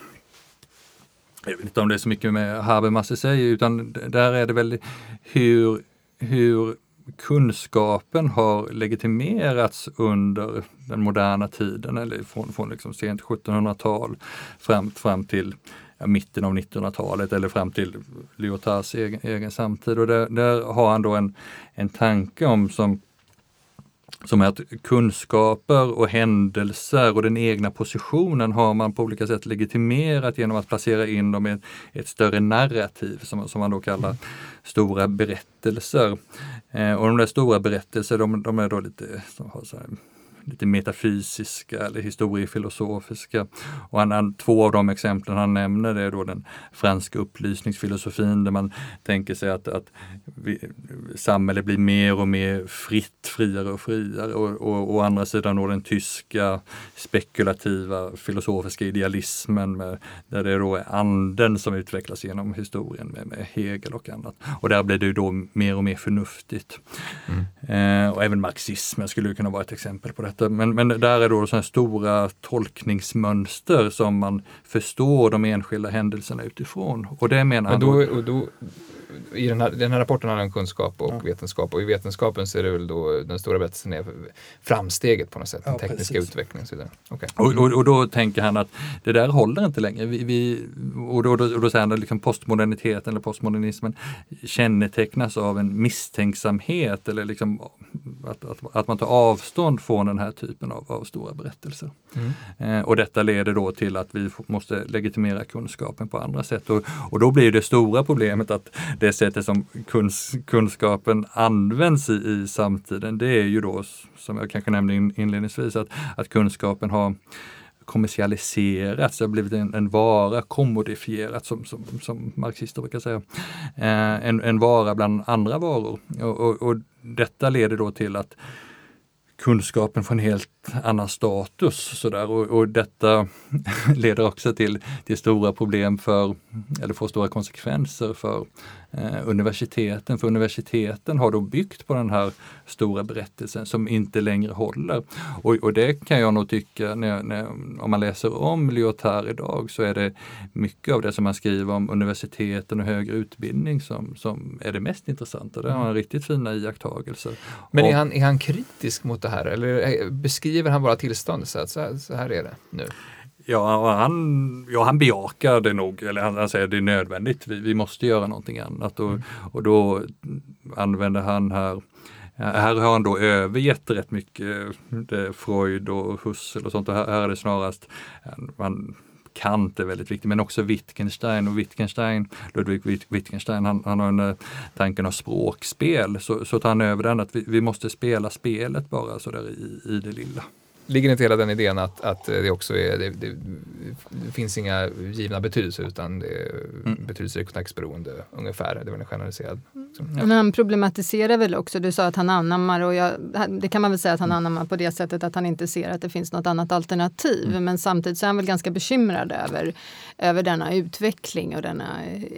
Jag vet inte om det är så mycket med Habermas i sig, utan där är det väl hur, hur kunskapen har legitimerats under den moderna tiden, eller från, från liksom sent sjuttonhundratal fram, fram till ja, mitten av nittonhundratalet eller fram till Lyotards egen, egen samtid. Och där, där har han då en, en tanke om som Som är att kunskaper och händelser och den egna positionen har man på olika sätt legitimerat genom att placera in dem i ett, ett större narrativ som, som man då kallar stora berättelser. Eh, och de där stora berättelser, de, de är då lite, de har så här, lite metafysiska eller historiefilosofiska. Och han, han, två av de exemplen han nämner det är då den franska upplysningsfilosofin där man tänker sig att, att vi, samhället blir mer och mer fritt, friare och friare. Och, och å andra sidan då den tyska spekulativa filosofiska idealismen med, där det då är anden som utvecklas genom historien med, med Hegel och annat. Och där blir det ju då mer och mer förnuftigt. Mm. Eh, och även marxismen skulle ju kunna vara ett exempel på detta. Men, men där är då sådana stora tolkningsmönster som man förstår de enskilda händelserna utifrån. Och det menar men han då, då, och då i den här, den här rapporten handlar om kunskap och ja. vetenskap, och i vetenskapen så är det väl då den stora berättelsen är framsteget på något sätt, den ja, tekniska precis. utvecklingen och så vidare. Okay. och, och, och då tänker han att det där håller inte längre. Vi, vi, och, då, och då säger han att liksom postmoderniteten eller postmodernismen kännetecknas av en misstänksamhet eller liksom att, att, att man tar avstånd från den här typen av, av stora berättelser. Mm. Eh, och detta leder då till att vi måste legitimera kunskapen på andra sätt. Och, och då blir det stora problemet att det sättet som kuns, kunskapen används i, i samtiden, det är ju då, som jag kanske nämnde inledningsvis, att, att kunskapen har kommersialiserats, det har blivit en, en vara, kommodifierat som, som, som marxister brukar säga. Eh, en, en vara bland andra varor. Och, och, och detta leder då till att kunskapen får en helt annan status. Sådär. Och, och detta leder också till, till stora problem för, eller får stora konsekvenser för eh, universiteten. För universiteten har då byggt på den här stora berättelsen som inte längre håller. Och, och det kan jag nog tycka, när, när, om man läser om Lyotard idag, så är det mycket av det som man skriver om universiteten och högre utbildning som, som är det mest intressanta. Det har han riktigt fina iakttagelser. Men och, är han, är han kritisk mot det här? Eller beskriver han bara tillståndet så att så här, så här är det nu? Ja, han, ja, han bejakar det nog, eller han, han säger att det är nödvändigt. Vi, vi måste göra någonting annat. Och, mm. och då använder han här, här har han då övergett rätt mycket det, Freud och Husserl och sånt. Och här, här är det snarast, man, Kant är väldigt viktig, men också Wittgenstein och Wittgenstein, Ludwig Wittgenstein, han, han har en tanken av språkspel, så, så tar han över den att vi, vi måste spela spelet bara så där i, i det lilla. Ligger inte hela den idén att, att det också är, det, det, det finns inga givna betydelser utan det är mm. betydelser i kontextberoende ungefär, det var en generaliserad. Mm. Ja. Men han problematiserar väl också, du sa att han anammar, och jag, det kan man väl säga att han anammar på det sättet att han inte ser att det finns något annat alternativ, mm. men samtidigt så är han väl ganska bekymrad över, över denna utveckling och denna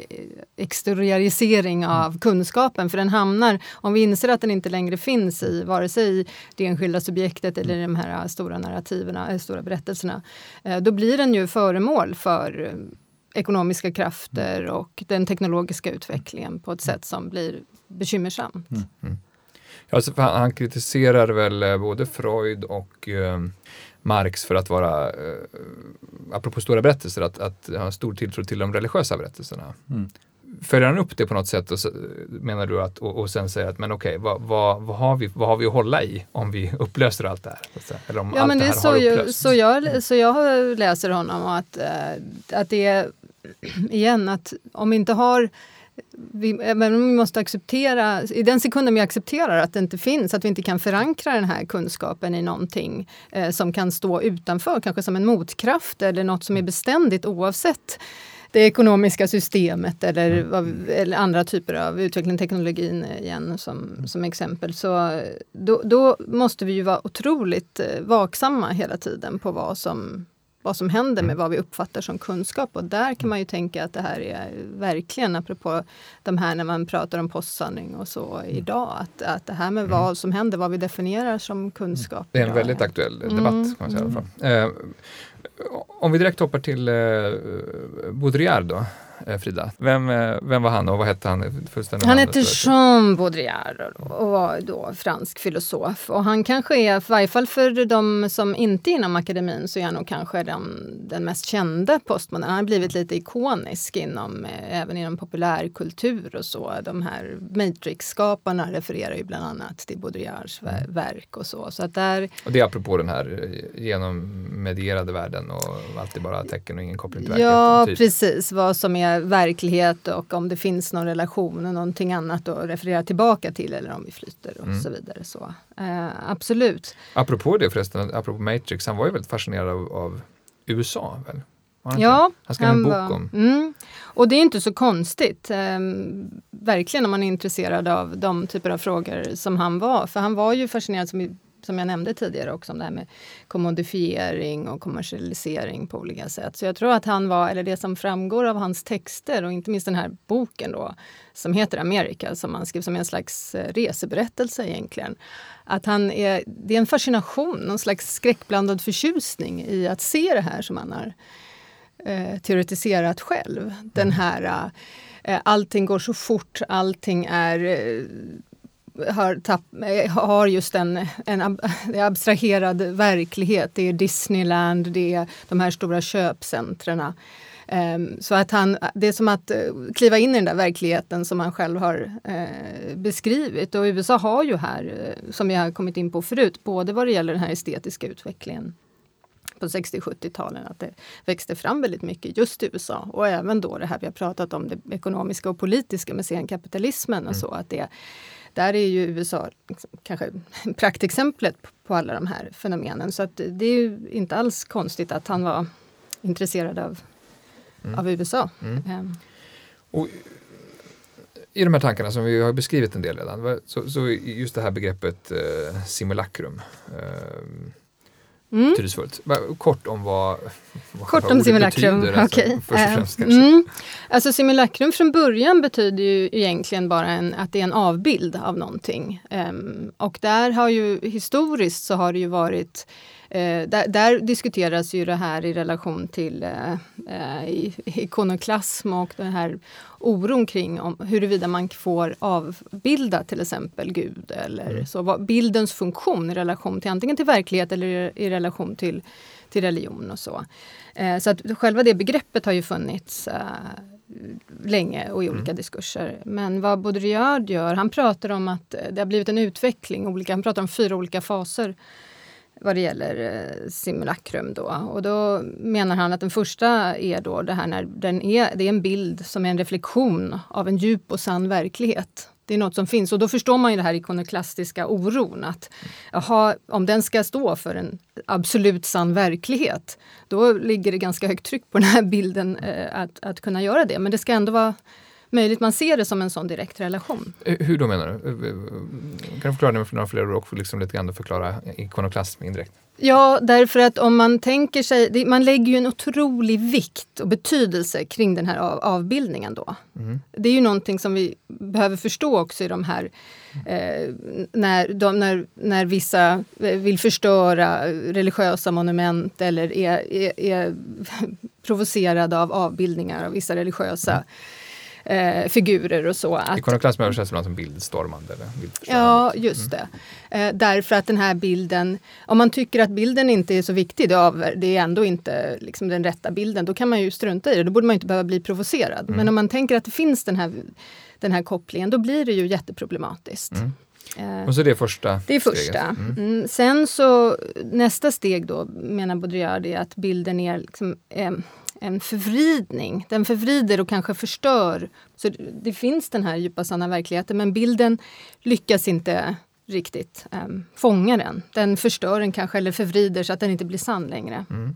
exteriorisering av mm. kunskapen, för den hamnar, om vi inser att den inte längre finns i vare sig det enskilda subjektet eller de här stora narrativerna, stora berättelserna, då blir den ju föremål för ekonomiska krafter och den teknologiska utvecklingen på ett sätt som blir bekymmersamt. Mm. Mm. Alltså, han, han kritiserar väl både Freud och eh, Marx för att vara, eh, apropå stora berättelser, att, att ha stor tilltro till de religiösa berättelserna. Mm. Följer han upp det på något sätt och så, menar du att, och, och sen säger att men okej, vad, vad, vad, har vi, vad har vi att hålla i om vi upplöser allt det här? Eller om ja, allt men det, det är här så, har jag, så, jag, så jag läser honom att, att det är, igen, att om vi inte har vi, men vi måste acceptera, i den sekunden vi accepterar att det inte finns, att vi inte kan förankra den här kunskapen i någonting eh, som kan stå utanför, kanske som en motkraft eller något som är beständigt oavsett det ekonomiska systemet eller, mm. eller andra typer av utveckling, teknologin igen som, mm. som exempel. Så då, då måste vi ju vara otroligt vaksamma hela tiden på vad som, vad som händer med vad vi uppfattar som kunskap. Och där kan man ju tänka att det här är verkligen, apropå de här när man pratar om postsanning och så idag, att, att det här med mm. vad som händer, vad vi definierar som kunskap. Det är en väldigt aktuell debatt kan man säga. Mm. Mm. Om vi direkt hoppar till eh, Baudrillard då, eh, Frida. Vem, eh, vem var han och vad hette han? Han hette Jean Baudrillard och var då fransk filosof. Och han kanske är, i varje fall för de som inte är inom akademin, så är han nog kanske den, den mest kända postmoderna. Han har blivit lite ikonisk inom, eh, även inom populärkultur och så. De här Matrix-skaparna refererar ju bland annat till Baudrillards mm. verk och så. så att där, och det är apropå den här genommedierade världen och alltid bara tecken och ingen koppling till ja, verkligheten. Ja, precis. Vad som är är verklighet och om det finns någon relation och någonting annat att referera tillbaka till eller om vi flyter och mm. så vidare. Så, eh, absolut. Apropå det förresten, apropå Matrix, han var ju väldigt fascinerad av, av U S A väl? Han ja. Han skrev en bok var, om. Mm, och det är inte så konstigt. Eh, verkligen om man är intresserad av de typer av frågor som han var. För han var ju fascinerad som i som jag nämnde tidigare också om det här med kommodifiering och kommersialisering på olika sätt. Så jag tror att han var, eller det som framgår av hans texter och inte minst den här boken då som heter Amerika, som han skrev som en slags reseberättelse egentligen. Att han är, det är en fascination, någon slags skräckblandad förtjusning i att se det här som han har eh, teoretiserat själv. Den här, eh, allting går så fort, allting är... Eh, Har, tapp, har just en, en abstraherad verklighet. Det är Disneyland, det är de här stora köpcentrarna. Um, så att han, det är som att uh, kliva in i den där verkligheten som han själv har uh, beskrivit. Och U S A har ju här, uh, som jag har kommit in på förut, både vad det gäller den här estetiska utvecklingen på sextio-sjuttio-talen, att det växte fram väldigt mycket just i U S A. Och även då det här vi har pratat om, det ekonomiska och politiska med senkapitalismen och mm. så, att det där är ju U S A liksom, kanske praktexemplet på alla de här fenomenen. Så att det är ju inte alls konstigt att han var intresserad av, mm. av U S A. Mm. Um. Och i de här tankarna som vi har beskrivit en del redan, så, så just det här begreppet eh, simulacrum. Eh, Mm. betydelsefullt. Kort om vad, vad Kort om simulacrum. betyder. Alltså, okay. först och främst, uh, mm. Alltså simulacrum från början betyder ju egentligen bara en, att det är en avbild av någonting. Um, och där har ju historiskt så har det ju varit Uh, där, där diskuteras ju det här i relation till uh, uh, ikonoklasm och den här oron kring om huruvida man får avbilda till exempel Gud eller mm. så. Vad, bildens funktion i relation till antingen till verklighet eller i, i relation till, till religion och så. Uh, så att själva det begreppet har ju funnits uh, länge och i olika mm. diskurser. Men vad Baudrillard gör, han pratar om att det har blivit en utveckling. Olika, han pratar om fyra olika faser vad det gäller eh, simulacrum då. Och då menar han att den första är då det här när den är, det är en bild som är en reflektion av en djup och sann verklighet. Det är något som finns. Och då förstår man ju det här ikonoklastiska oron. Att aha, om den ska stå för en absolut sann verklighet, då ligger det ganska högt tryck på den här bilden eh, att, att kunna göra det. Men det ska ändå vara möjligt, man ser det som en sån direkt relation. Hur då menar du? Kan du förklara det med några fler ord och liksom lite grann förklara ikonoklasm indirekt? Ja, därför att om man tänker sig, man lägger ju en otrolig vikt och betydelse kring den här av, avbildningen då. Mm. Det är ju någonting som vi behöver förstå också i de här, eh, när, de, när, när vissa vill förstöra religiösa monument eller är, är, är provocerade av avbildningar av vissa religiösa mm. Eh, figurer och så. Att, ikonoklasm översätts som bildstormande eller bildförstörande. Ja, just mm. det. Eh, därför att den här bilden, om man tycker att bilden inte är så viktig, det är, det är ändå inte liksom, den rätta bilden, då kan man ju strunta i det. Då borde man inte behöva bli provocerad. Mm. Men om man tänker att det finns den här, den här kopplingen, då blir det ju jätteproblematiskt. Mm. Och så det är första Det är första. Mm. Mm. Sen så, nästa steg då, menar Baudrillard, är att bilden är liksom, eh, en förvridning. Den förvrider och kanske förstör. Så det, det finns den här djupa sanna verkligheten, men bilden lyckas inte riktigt um, fånga den. Den förstör den kanske eller förvrider så att den inte blir sann längre. Mm.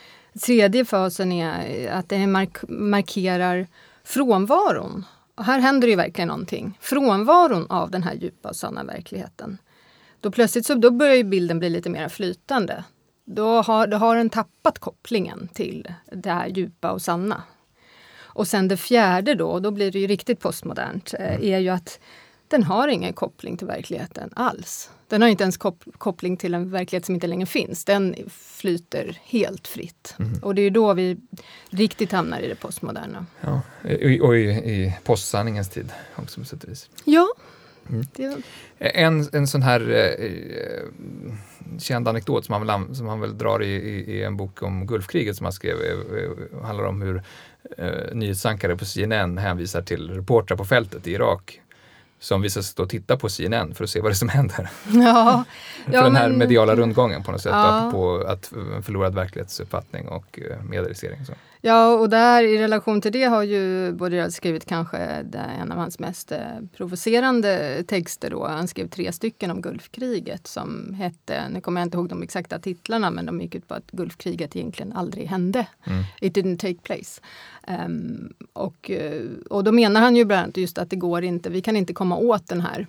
Tredje fasen är att den mark- markerar frånvaron. Och här händer det ju verkligen någonting. Frånvaron av den här djupa och sanna verkligheten. Då plötsligt så då börjar ju bilden bli lite mer flytande. Då har, då har den tappat kopplingen till det här djupa och sanna. Och sen det fjärde då, då blir det ju riktigt postmodernt, är ju att den har ingen koppling till verkligheten alls. Den har inte ens kop- koppling till en verklighet som inte längre finns. Den flyter helt fritt. Mm. Och det är ju då vi riktigt hamnar i det postmoderna. Ja, och i, i postsanningens tid också på sätt och vis. Ja. Mm. Det... En, en sån här eh, känd anekdot som han väl, som han väl drar i, i, i en bok om Gulfkriget som han skrev eh, handlar om hur eh, nyhetsankare på C N N hänvisar till reportrar på fältet i Irak som vi ska stå och titta på C N N för att se vad det är som händer. Ja, för ja, den här men, mediala rundgången på något sätt, ja. på att förlorad verklighetsuppfattning och medialisering. Så. Ja, och där i relation till det har ju Baudrillard skrivit kanske en av hans mest eh, provocerande texter då. Han skrev tre stycken om Gulfkriget som hette, nu kommer jag inte ihåg de exakta titlarna, men de gick ut på att Gulfkriget egentligen aldrig hände. Mm. It didn't take place. Um, och, och då menar han ju bland annat just att det går inte, vi kan inte komma åt den här,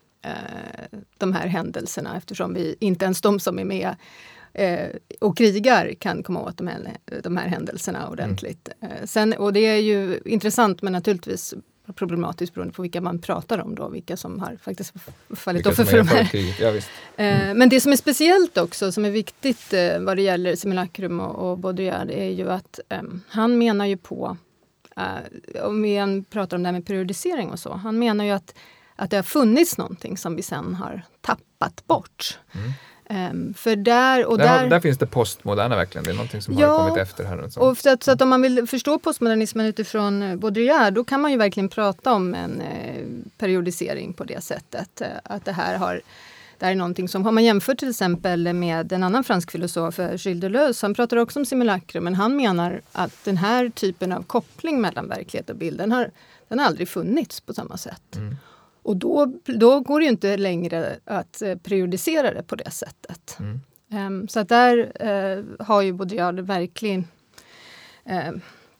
uh, de här händelserna eftersom vi, inte ens de som är med Eh, och krigar kan komma åt de här, de här händelserna ordentligt. Mm. Eh, sen, och det är ju intressant men naturligtvis problematiskt beroende på vilka man pratar om då, vilka som har faktiskt fallit offer för de här. Ja, visst. Mm. Eh, men det som är speciellt också, som är viktigt eh, vad det gäller Simulacrum och, och Baudrillard är ju att eh, han menar ju på, eh, om vi pratar om det här med periodisering och så, han menar ju att, att det har funnits någonting som vi sen har tappat bort. Mm. Um, för där, och där, där, där finns det postmoderna verkligen, det är någonting som ja, har kommit efter här. Och så, och så, att, så att om man vill förstå postmodernismen utifrån Baudrillard, då kan man ju verkligen prata om en eh, periodisering på det sättet. Eh, att det här har, det här är någonting som, har man jämfört till exempel med en annan fransk filosof, Gilles Deleuze, han pratar också om simulacrum, men han menar att den här typen av koppling mellan verklighet och bild, den har, den har aldrig funnits på samma sätt. Mm. Och då, då går det ju inte längre att eh, periodisera det på det sättet. Mm. Um, så att där uh, har ju Baudrillard verkligen uh,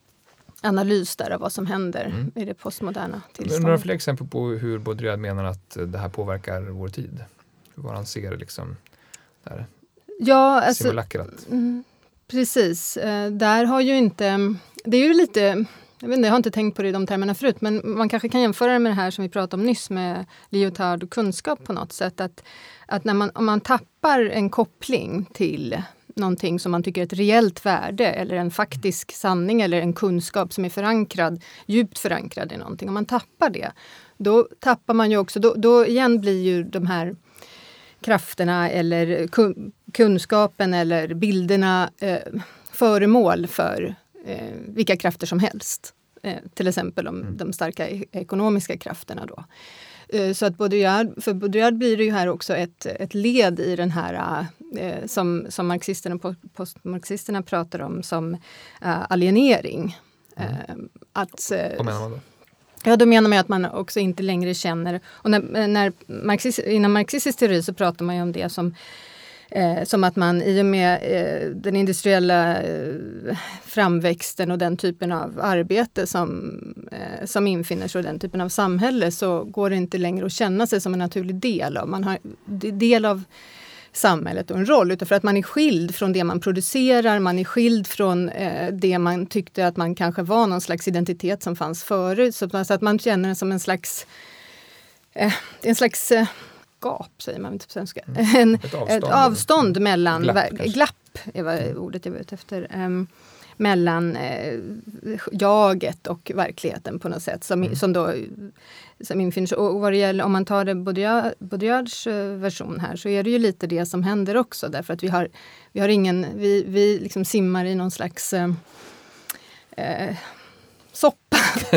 analys där av vad som händer mm. i det postmoderna tillståndet. Några fler exempel på hur Baudrillard menar att det här påverkar vår tid? Vad han ser liksom där ja, alltså, simulakrat. Mm, precis. Uh, där har ju inte... Det är ju lite... Jag vet inte, jag har inte tänkt på det i de termerna förut, men man kanske kan jämföra det med det här som vi pratade om nyss med Lyotard och kunskap på något sätt. Att, att när man, om man tappar en koppling till någonting som man tycker är ett reellt värde eller en faktisk sanning eller en kunskap som är förankrad, djupt förankrad i någonting. Om man tappar det, då tappar man ju också, då, då igen blir ju de här krafterna eller kunskapen eller bilderna eh, föremål för Eh, vilka krafter som helst. Eh, till exempel om mm. de starka e- ekonomiska krafterna då. Eh, så att Baudrillard, för Baudrillard blir det ju här också ett, ett led i den här eh, som, som marxisterna och postmarxisterna pratar om som eh, alienering. Mm. Eh, att, eh, Vad menar man då? Ja, då menar man att man också inte längre känner, och när, när marxist, inom marxistisk teori så pratar man ju om det som Eh, som att man i och med eh, den industriella eh, framväxten och den typen av arbete som, eh, som infinner sig och den typen av samhälle, så går det inte längre att känna sig som en naturlig del av. Man har del av samhället och en roll, utan för att man är skild från det man producerar, man är skild från eh, det man tyckte att man kanske var någon slags identitet som fanns förut. Så att man känner det som en slags eh, en slags eh, gap, säger man inte på svenska. Mm. En, ett avstånd, ett avstånd mellan, glapp, glapp är vad mm. ordet jag var ute efter, um, mellan uh, jaget och verkligheten på något sätt, som, mm. som då som infinner sig. Och vad det gäller, om man tar det Baudrillard, Baudrillards uh, version här, så är det ju lite det som händer också, därför att vi har, vi har ingen, vi, vi liksom simmar i någon slags uh, uh, soppa.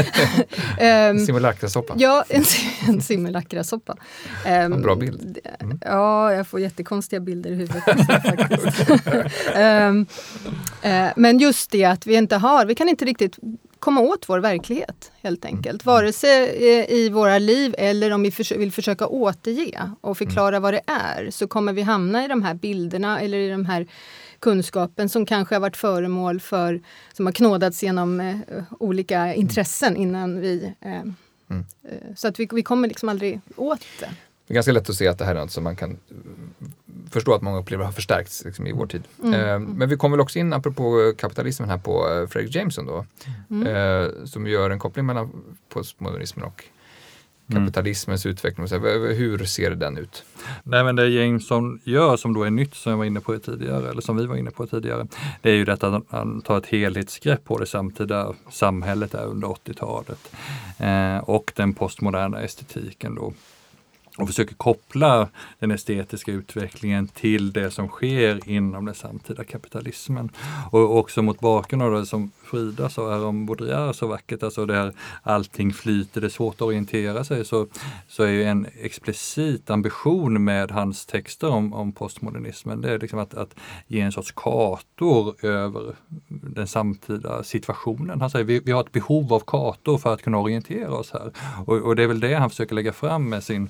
um, Simulakrasoppa. Ja, en, en simulakrasoppa. Um, en bra bild. Mm. Ja, jag får jättekonstiga bilder i huvudet. Faktiskt. um, uh, men just det att vi inte har, vi kan inte riktigt komma åt vår verklighet helt enkelt. Mm. Vare sig i våra liv eller om vi förs- vill försöka återge och förklara mm. vad det är, så kommer vi hamna i de här bilderna eller i de här kunskapen som kanske har varit föremål för, som har knådats genom eh, olika intressen innan vi, eh, mm. eh, så att vi, vi kommer liksom aldrig åt det. Det är ganska lätt att se att det här är något som man kan förstå att många upplever har förstärkts liksom, i vår tid. Mm. Eh, men vi kommer väl också in, apropå kapitalismen, här på eh, Fredric Jameson då, mm. eh, som gör en koppling mellan postmodernismen och kapitalismens mm. utveckling. Så här, hur ser den ut? Nej, men det Jameson gör som då är nytt, som jag var inne på tidigare, eller som vi var inne på tidigare, det är ju detta att han tar ett helhetsgrepp på det samtida samhället där under åttiotalet eh, och den postmoderna estetiken då. Och försöker koppla den estetiska utvecklingen till det som sker inom den samtida kapitalismen. Och också mot bakgrund av det som Frida så är om Baudrillard så vackert, alltså det här allting flyter, det är svårt att orientera sig, så, så är ju en explicit ambition med hans texter om, om postmodernismen, det är liksom att, att ge en sorts kartor över den samtida situationen. Han säger vi, vi har ett behov av kartor för att kunna orientera oss här, och, och det är väl det han försöker lägga fram med sin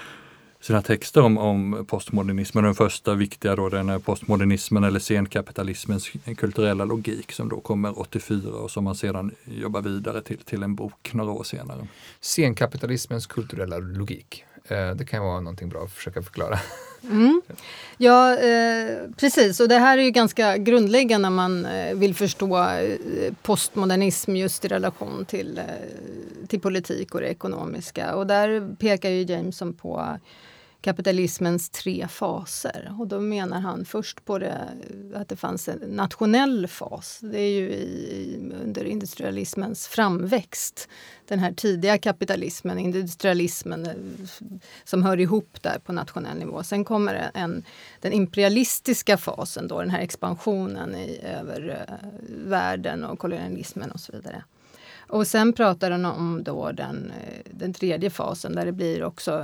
sina texter om, om postmodernismen. Den första viktiga då, den är postmodernismen eller senkapitalismens kulturella logik, som då kommer åttiofyra och som man sedan jobbar vidare till, till en bok några år senare. Senkapitalismens kulturella logik. Eh, det kan vara någonting bra att försöka förklara. Mm. Ja, eh, precis. Och det här är ju ganska grundläggande när man eh, vill förstå eh, postmodernism just i relation till, eh, till politik och det ekonomiska. Och där pekar ju Jameson på kapitalismens tre faser. Och då menar han först på det, att det fanns en nationell fas. Det är ju i, under industrialismens framväxt. Den här tidiga kapitalismen, industrialismen som hör ihop där på nationell nivå. Sen kommer en, den imperialistiska fasen då, den här expansionen i, över uh, världen och kolonialismen och så vidare. Och sen pratar han om då den, den tredje fasen där det blir också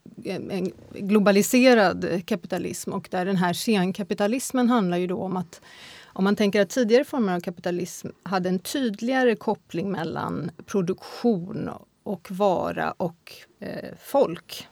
en globaliserad kapitalism, och där den här senkapitalismen handlar ju då om att om man tänker att tidigare former av kapitalism hade en tydligare koppling mellan produktion och vara och eh, folk,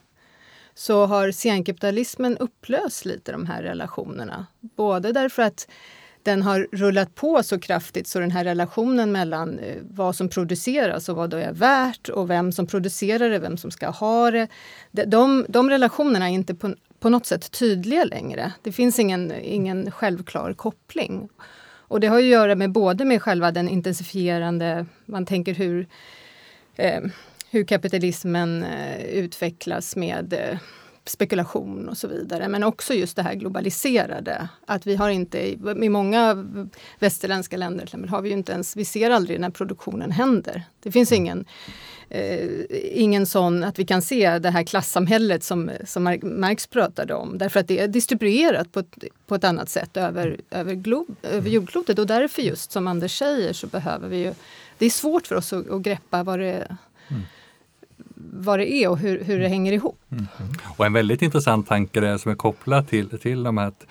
så har senkapitalismen upplöst lite de här relationerna. Både därför att den har rullat på så kraftigt så den här relationen mellan vad som produceras och vad det är värt och vem som producerar det, vem som ska ha det. De, de relationerna är inte på, på något sätt tydliga längre. Det finns ingen, ingen självklar koppling. Och det har ju att göra med både med själva den intensifierande, man tänker hur, eh, hur kapitalismen eh, utvecklas med eh, spekulation och så vidare. Men också just det här globaliserade. Att vi har inte, i många västerländska länder till exempel, har vi ju inte ens, vi ser aldrig när produktionen händer. Det finns ingen, eh, ingen sån, att vi kan se det här klassamhället som, som Marx pratade om. Därför att det är distribuerat på ett, på ett annat sätt över, över, glob, över jordklotet. Och därför just som Anders säger så behöver vi ju, det är svårt för oss att, att greppa vad det är. Mm. vad det är och hur, hur det hänger ihop. Mm. Och en väldigt intressant tanke där som är kopplad till, till de här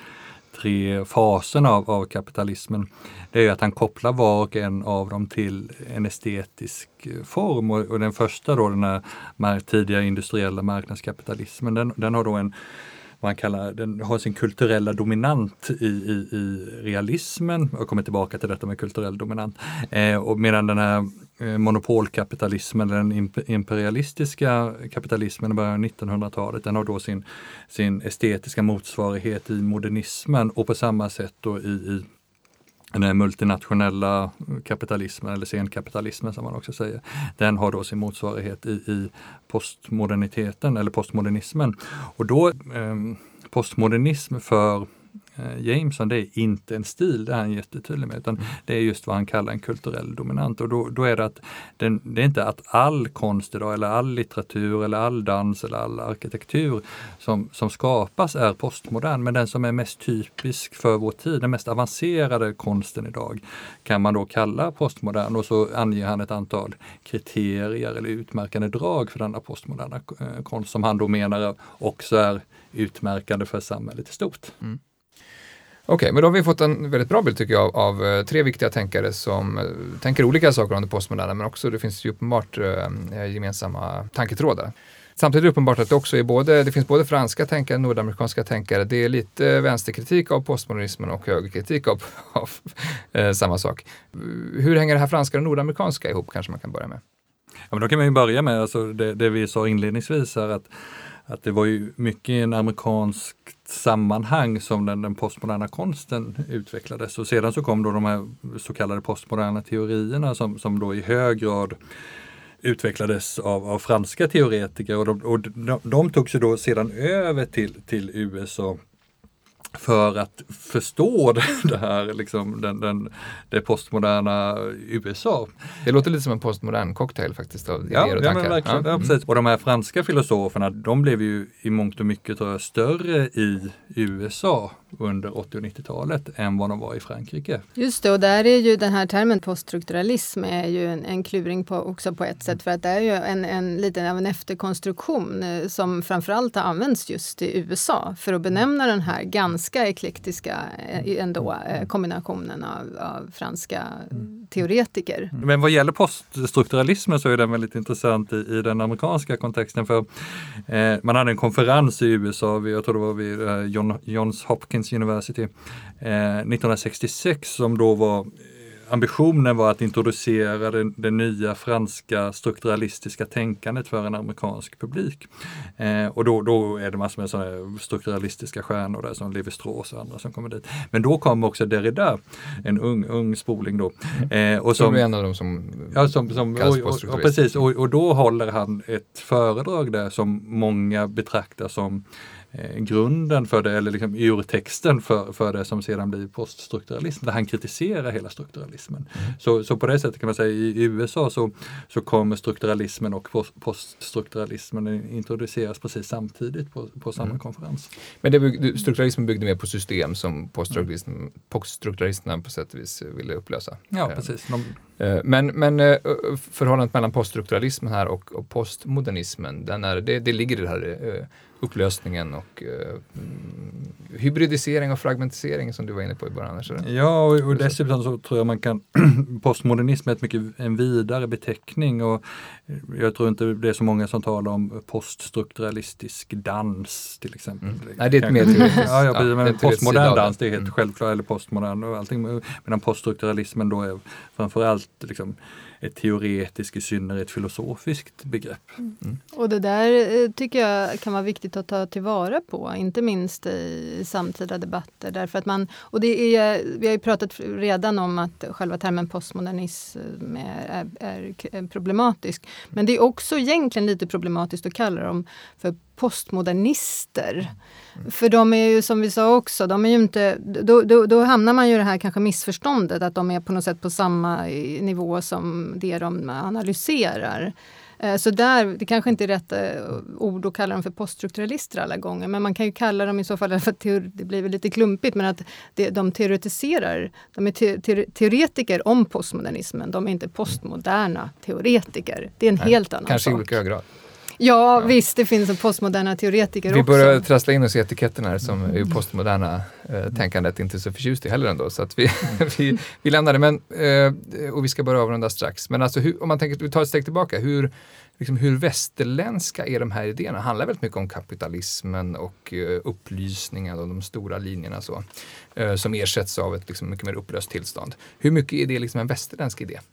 tre faserna av, av kapitalismen, det är ju att han kopplar var och en av dem till en estetisk form. Och, och den första då, den här tidiga industriella marknadskapitalismen, den, den har då en man kallar, den har sin kulturella dominant i, i, i realismen. Jag kommer tillbaka till detta med kulturell dominant. Eh, och medan den här eh, monopolkapitalismen, den imperialistiska kapitalismen i början av nittonhundratalet, den har då sin, sin estetiska motsvarighet i modernismen, och på samma sätt då i, i den multinationella kapitalismen eller senkapitalismen som man också säger, den har då sin motsvarighet i, i postmoderniteten eller postmodernismen. Och då eh, postmodernism för eh, Jameson, det är inte en stil, det är han jättetydlig med, utan det är just vad han kallar en kulturell dominant. Och då, då är det att den, det är inte att all konst idag eller all litteratur eller all dans eller all arkitektur som, som skapas är postmodern, men den som är mest typisk för vår tid, den mest avancerade konsten idag, kan man då kalla postmodern, och så anger han ett antal kriterier eller utmärkande drag för denna postmoderna eh, konst som han då menar också är utmärkande för samhället i stort. Mm. Okej, okay, men då har vi fått en väldigt bra bild tycker jag av, av tre viktiga tänkare som uh, tänker olika saker om det postmoderna, men också det finns ju uppenbart uh, gemensamma tanketrådar. Samtidigt är det uppenbart att det också är både, det finns både franska tänkare och nordamerikanska tänkare. Det är lite vänsterkritik av postmodernismen och högerkritik av, av uh, samma sak. Hur hänger det här franska och nordamerikanska ihop, kanske man kan börja med? Ja, men då kan man ju börja med alltså det, det vi sa inledningsvis här, att att det var ju mycket i en amerikansk sammanhang som den, den postmoderna konsten utvecklades. Och sedan så kom då de här så kallade postmoderna teorierna som, som då i hög grad utvecklades av, av franska teoretiker. Och, de, och de, de tog sig då sedan över till, till U S A för att förstå det här, liksom den, den, det postmoderna U S A. Det låter lite som en postmodern cocktail faktiskt av ja, idéer och ja, tankar. Men verkligen, ja. Ja, precis. Och de här franska filosoferna, de blev ju i mångt och mycket större i U S A under åttio- och nittiotalet än vad de var i Frankrike. Just det, och där är ju den här termen poststrukturalism är ju en, en kluring på, också på ett sätt, för att det är ju en, en liten av en efterkonstruktion eh, som framförallt har använts just i U S A för att benämna den här ganska eklektiska eh, ändå, eh, kombinationen av, av franska teoretiker. Men vad gäller poststrukturalismen så är den väldigt intressant i, i den amerikanska kontexten, för eh, man hade en konferens i U S A, jag tror det var vid eh, John, Johns Hopkins University eh, nittonhundrasextiosex, som då var ambitionen var att introducera det, det nya franska strukturalistiska tänkandet för en amerikansk publik. Eh, och då, då är det massor med sådana strukturalistiska stjärnor där som Lévi-Strauss och andra som kommer dit. Men då kom också Derrida, en ung, ung spoling då. Eh, och som, som är en av dem som, ja, som, som kallas och, och, poststrukturalist. och, precis, och, och då håller han ett föredrag där som många betraktar som grunden för det, eller liksom urtexten för, för det som sedan blir poststrukturalism, där han kritiserar hela strukturalismen. Mm. Så, så på det sättet kan man säga i U S A så, så kommer strukturalismen och post, poststrukturalismen introduceras precis samtidigt på, på samma mm. konferens. Men det bygg, strukturalismen byggde mer på system som poststrukturalism, mm. poststrukturalisterna på sätt och vis ville upplösa. Ja, precis. De, Men, men förhållandet mellan poststrukturalismen här och, och postmodernismen, den är, det, det ligger i det här upplösningen och uh, hybridisering och fragmentisering som du var inne på i början. Eller? Ja, och, och dessutom så tror jag man kan postmodernism är ett mycket en vidare beteckning, och jag tror inte det är så många som talar om poststrukturalistisk dans till exempel. Mm. Nej, det är ett mer teoretiskt. Ja, ja, ja, men postmodern dans, det är helt mm. självklart, eller postmodern och allting, medan poststrukturalismen då är framförallt liksom ett teoretiskt, i synnerhet filosofiskt begrepp. Mm. Mm. Och det där tycker jag kan vara viktigt att ta tillvara på, inte minst i samtida debatter. Därför att man, och det är, vi har ju pratat redan om att själva termen postmodernism är, är, är problematisk. Men det är också egentligen lite problematiskt att kalla dem för postmodernister. Mm. För de är ju, som vi sa också, de är ju inte, då, då, då hamnar man ju i det här kanske missförståndet att de är på något sätt på samma nivå som det de analyserar. Så där, det kanske inte är rätt ord att kalla dem för poststrukturalister alla gånger, men man kan ju kalla dem i så fall, för att det blir väl lite klumpigt, men att det, de teoretiserar, de är te, te, teoretiker om postmodernismen, de är inte postmoderna teoretiker. Det är en Nej, helt annan kanske sak. Kanske i olika hög grad. Ja, ja, visst, det finns en postmoderna teoretiker vi också. Vi börjar trassla in oss i etiketten här som är postmoderna eh, tänkandet inte så förtjust i heller ändå. Så att vi, vi, vi lämnar det, men, eh, och vi ska börja avrunda strax. Men alltså, hur, om man tänker, vi tar ett steg tillbaka, hur, liksom, hur västerländska är de här idéerna? Det handlar väldigt mycket om kapitalismen och eh, upplysningen och de stora linjerna så, eh, som ersätts av ett liksom, mycket mer upplöst tillstånd. Hur mycket är det liksom en västerländsk idé?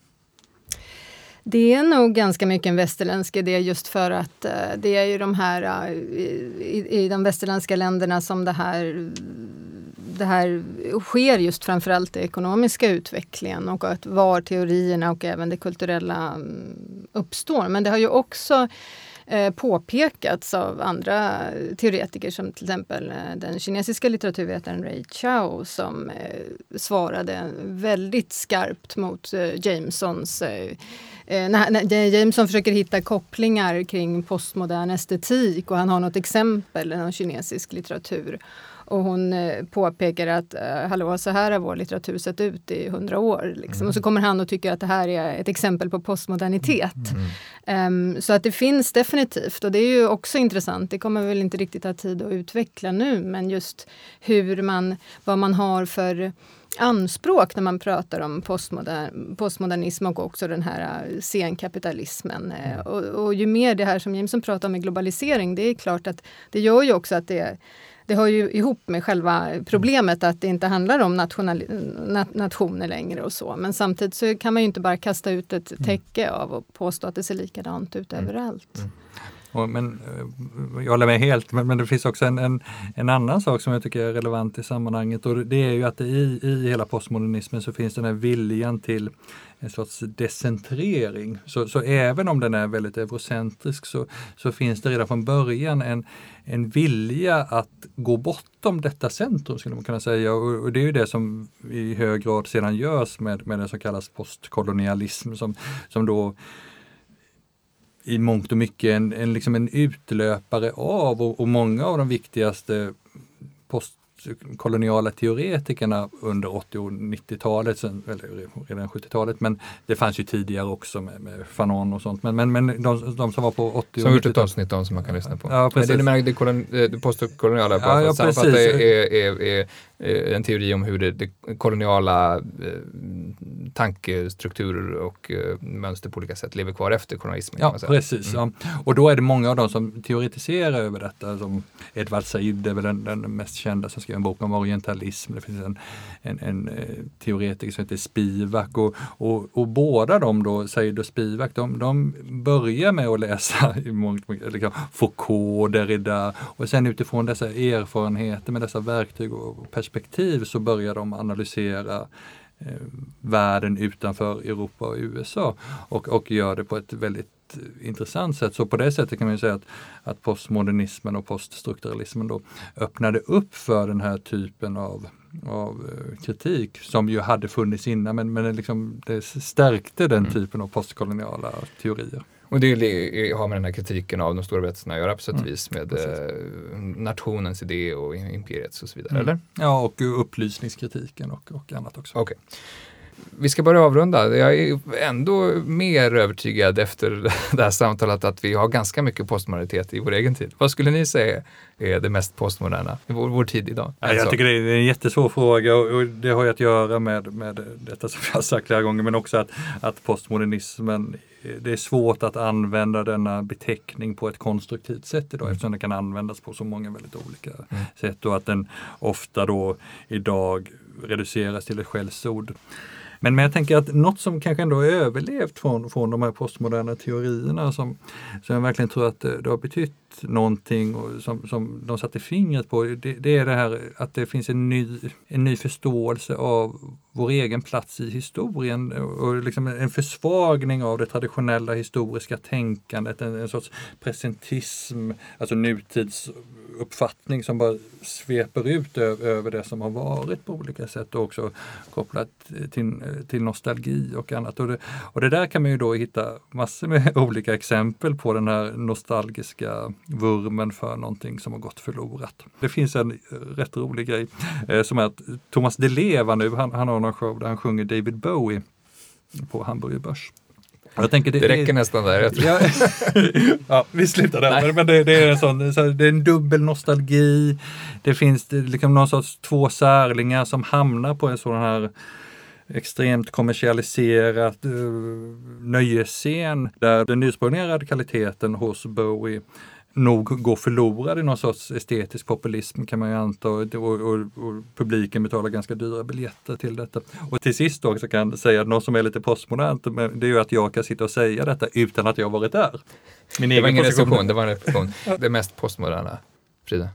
Det är nog ganska mycket en västerländsk idé, just för att uh, det är ju de här uh, i, i de västerländska länderna som det här, det här sker, just framförallt den ekonomiska utvecklingen och att var teorierna och även det kulturella um, uppstår. Men det har ju också eh, påpekats av andra teoretiker, som till exempel eh, den kinesiska litteraturvetaren Ray Chao, som eh, svarade väldigt skarpt mot eh, Jamesons eh, När, när Jameson försöker hitta kopplingar kring postmodern estetik, och han har något exempel i någon kinesisk litteratur. Och hon eh, påpekar att eh, hallå, så här har vår litteratur sett ut i hundra år. Liksom. Mm. Och så kommer han och tycker att det här är ett exempel på postmodernitet. Mm. Um, så att det finns definitivt, och det är ju också intressant. Det kommer väl inte riktigt ha tid att utveckla nu, men just hur man, vad man har för anspråk när man pratar om postmodern, postmodernism och också den här senkapitalismen. Mm. Och, och ju mer det här som Jameson pratar om med globalisering, det är klart att det gör ju också att det, det hör ju ihop med själva problemet att det inte handlar om national, nat, nationer längre och så. Men samtidigt så kan man ju inte bara kasta ut ett täcke av och påstå att det ser likadant ut mm. överallt. Mm. Och, men, jag håller med helt, men, men det finns också en, en, en annan sak som jag tycker är relevant i sammanhanget, och det är ju att det i, i hela postmodernismen så finns den här viljan till en sorts decentrering. Så, så även om den är väldigt eurocentrisk så, så finns det redan från början en, en vilja att gå bortom detta centrum, skulle man kunna säga. Och, och det är ju det som i hög grad sedan görs med, med det som kallas postkolonialism, som, som då i mångt och mycket en, en, liksom en utlöpare av, och, och många av de viktigaste post, postkoloniala teoretikerna under åttio- och nittiotalet, sen, eller redan sjuttiotalet, men det fanns ju tidigare också med, med Fanon och sånt. Men, men, men de, de som var på åttio- som gjort ett avsnitt om som man kan lyssna på. Ja, men det är det, det, kolon, det postkoloniala, bara ja, ja, för att sammanfatta, är, är, är, är en teori om hur det, det koloniala eh, tankestrukturer och eh, mönster på olika sätt lever kvar efter kolonialismen. Ja, precis. Mm. Ja. Och då är det många av dem som teoretiserar över detta, som Edward Said är väl den, den mest kända, som skrev en bok om orientalism. Det finns en, en, en eh, teoretiker som heter Spivak, och, och, och båda de då, Said och Spivak, de, de börjar med att läsa i mångt, liksom, Foucault, Derrida, och sen utifrån dessa erfarenheter med dessa verktyg och perspektiv så börjar de analysera eh, världen utanför Europa och U S A och, och gör det på ett väldigt intressant sätt. Så på det sättet kan man ju säga att, att postmodernismen och poststrukturalismen då öppnade upp för den här typen av, av kritik som ju hade funnits innan, men, men liksom det stärkte den mm. typen av postkoloniala teorier. Och det har med den här kritiken av de stora berättelserna att göra på sätt och vis med eh, nationens idé och imperiets och så vidare, mm. eller? Ja, och upplysningskritiken och, och annat också. Okej. Okay. Vi ska börja avrunda. Jag är ändå mer övertygad efter det här samtalet att vi har ganska mycket postmodernitet i vår egen tid. Vad skulle ni säga är det mest postmoderna i vår, vår tid idag? Ja, jag tycker det är en jättesvår fråga, och det har ju att göra med, med detta som jag har sagt flera gånger, men också att, att postmodernismen, det är svårt att använda denna beteckning på ett konstruktivt sätt idag, mm. eftersom den kan användas på så många väldigt olika mm. sätt, och att den ofta då idag reduceras till ett skällsord. Men, men jag tänker att något som kanske ändå har överlevt från, från de här postmoderna teorierna som, som jag verkligen tror att det, det har betytt någonting och som, som de satte fingret på, det, det är det här att det finns en ny, en ny förståelse av vår egen plats i historien och liksom en försvagning av det traditionella historiska tänkandet, en, en sorts presentism, alltså nutidsuppfattning som bara sveper ut över, över det som har varit på olika sätt, och också kopplat till, till nostalgi och annat. Och det, och det där kan man ju då hitta massor med olika exempel på, den här nostalgiska vurmen för någonting som har gått förlorat. Det finns en rätt rolig grej eh, som är att Thomas Di Leva nu, han, han har någon show där han sjunger David Bowie på Hamburger Börs. Jag tänker det, det räcker det, nästan där. Jag tror. Ja, ja, vi slutar där. Nej. Men det, det, är en sån, så det är en dubbel nostalgi. Det finns det, liksom någon sorts två särlingar som hamnar på en sån här extremt kommersialiserat uh, nöjesscen där den ursprungliga radikaliteten hos Bowie nog går förlorad i någon sorts estetisk populism, kan man ju anta, och, och, och, och publiken betalar ganska dyra biljetter till detta. Och till sist också kan jag säga att något som är lite postmodernt, det är ju att jag kan sitta och säga detta utan att jag har varit där. Min det var ingen recension, det var en reflektion. Det mest postmoderna, Frida.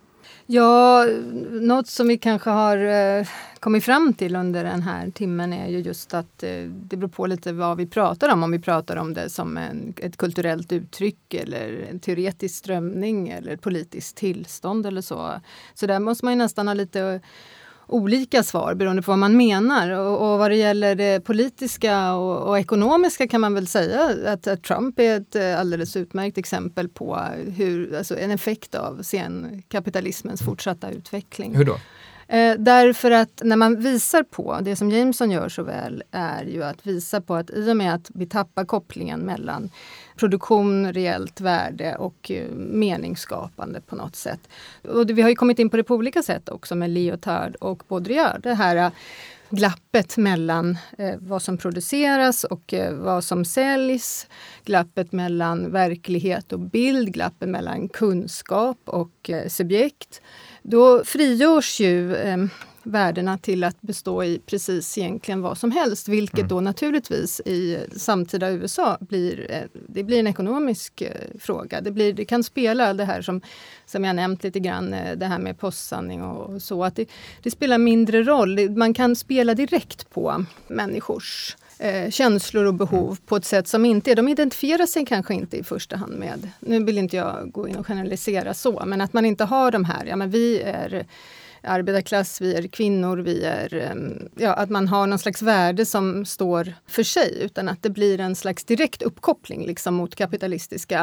Ja, något som vi kanske har eh, kommit fram till under den här timmen är ju just att eh, det beror på lite vad vi pratar om. Om vi pratar om det som en, ett kulturellt uttryck eller en teoretisk strömning eller ett politiskt tillstånd eller så. Så där måste man ju nästan ha lite olika svar beroende på vad man menar. Och, och vad det gäller det politiska och, och ekonomiska kan man väl säga att, att Trump är ett alldeles utmärkt exempel på hur, alltså en effekt av senkapitalismens fortsatta utveckling. Hur då? Eh, därför att när man visar på, det som Jameson gör så väl är ju att visa på att i och med att vi tappar kopplingen mellan produktion, reellt värde och eh, meningsskapande på något sätt. Och det, vi har ju kommit in på det på olika sätt också med Lyotard och Baudrillard. Det här eh, glappet mellan eh, vad som produceras och eh, vad som säljs. Glappet mellan verklighet och bild, glappet mellan kunskap och eh, subjekt. Då frigörs ju eh, värdena till att bestå i precis egentligen vad som helst. Vilket mm. då naturligtvis i samtida U S A blir, eh, det blir en ekonomisk eh, fråga. Det, blir, det kan spela det här som, som jag nämnt lite grann, eh, det här med postsanning och, och så. Att det, det spelar mindre roll. Man kan spela direkt på människors Eh, känslor och behov på ett sätt som inte är, de identifierar sig kanske inte i första hand med, nu vill inte jag gå in och generalisera så, men att man inte har de här, ja men vi är arbetarklass, vi är kvinnor, vi är, ja att man har någon slags värde som står för sig, utan att det blir en slags direkt uppkoppling liksom mot kapitalistiska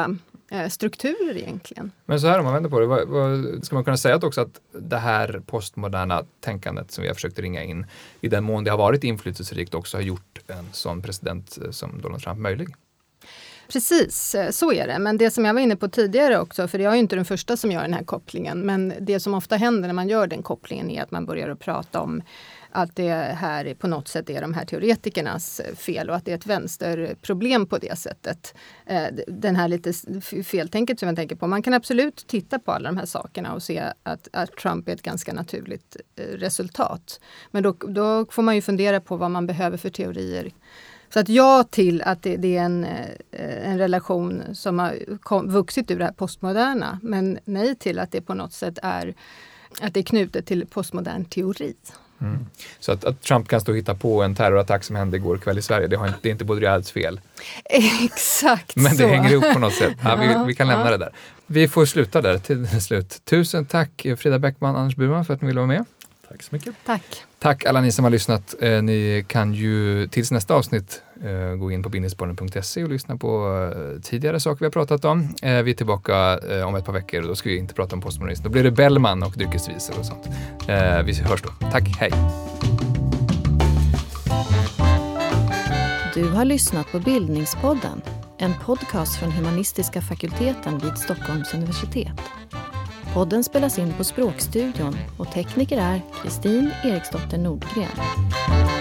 eh, strukturer egentligen. Men så här om man vänder på det, vad, vad, ska man kunna säga att också att det här postmoderna tänkandet som vi har försökt ringa in, i den mån det har varit inflytelserikt, också har gjort en sån president som Donald Trump möjlig? Precis, så är det. Men det som jag var inne på tidigare också, för jag är ju inte den första som gör den här kopplingen, men det som ofta händer när man gör den kopplingen är att man börjar att prata om att det här på något sätt är de här teoretikernas fel och att det är ett vänsterproblem på det sättet. Den här lite feltänket som jag tänker på. Man kan absolut titta på alla de här sakerna och se att, att Trump är ett ganska naturligt resultat. Men då, då får man ju fundera på vad man behöver för teorier. Så att ja till att det, det är en, en relation som har kom, vuxit ur det här postmoderna, men nej till att det på något sätt är, att det är knutet till postmodern teori. Mm. Så att, att Trump kan stå och hitta på en terrorattack som hände igår kväll i Sverige, det, har inte, det är inte Baudrillards fel. Exakt Men det så. hänger ihop på något sätt. Ja, vi, vi kan lämna det där. Vi får sluta där till slut. Tusen tack Frida Bäckman, Anders Burman för att ni ville vara med. Tack så mycket. Tack. Tack alla ni som har lyssnat. Eh, ni kan ju tills nästa avsnitt eh, gå in på bildningspodden punkt se och lyssna på eh, tidigare saker vi har pratat om. Eh, vi är tillbaka eh, om ett par veckor och då ska vi inte prata om postmodernism. Då blir det Bellman och dryckesvisor och sånt. Eh, vi hörs då. Tack, hej! Du har lyssnat på Bildningspodden, en podcast från Humanistiska fakulteten vid Stockholms universitet. Podden spelas in på Språkstudion och tekniker är Kristin Eriksdotter Nordgren.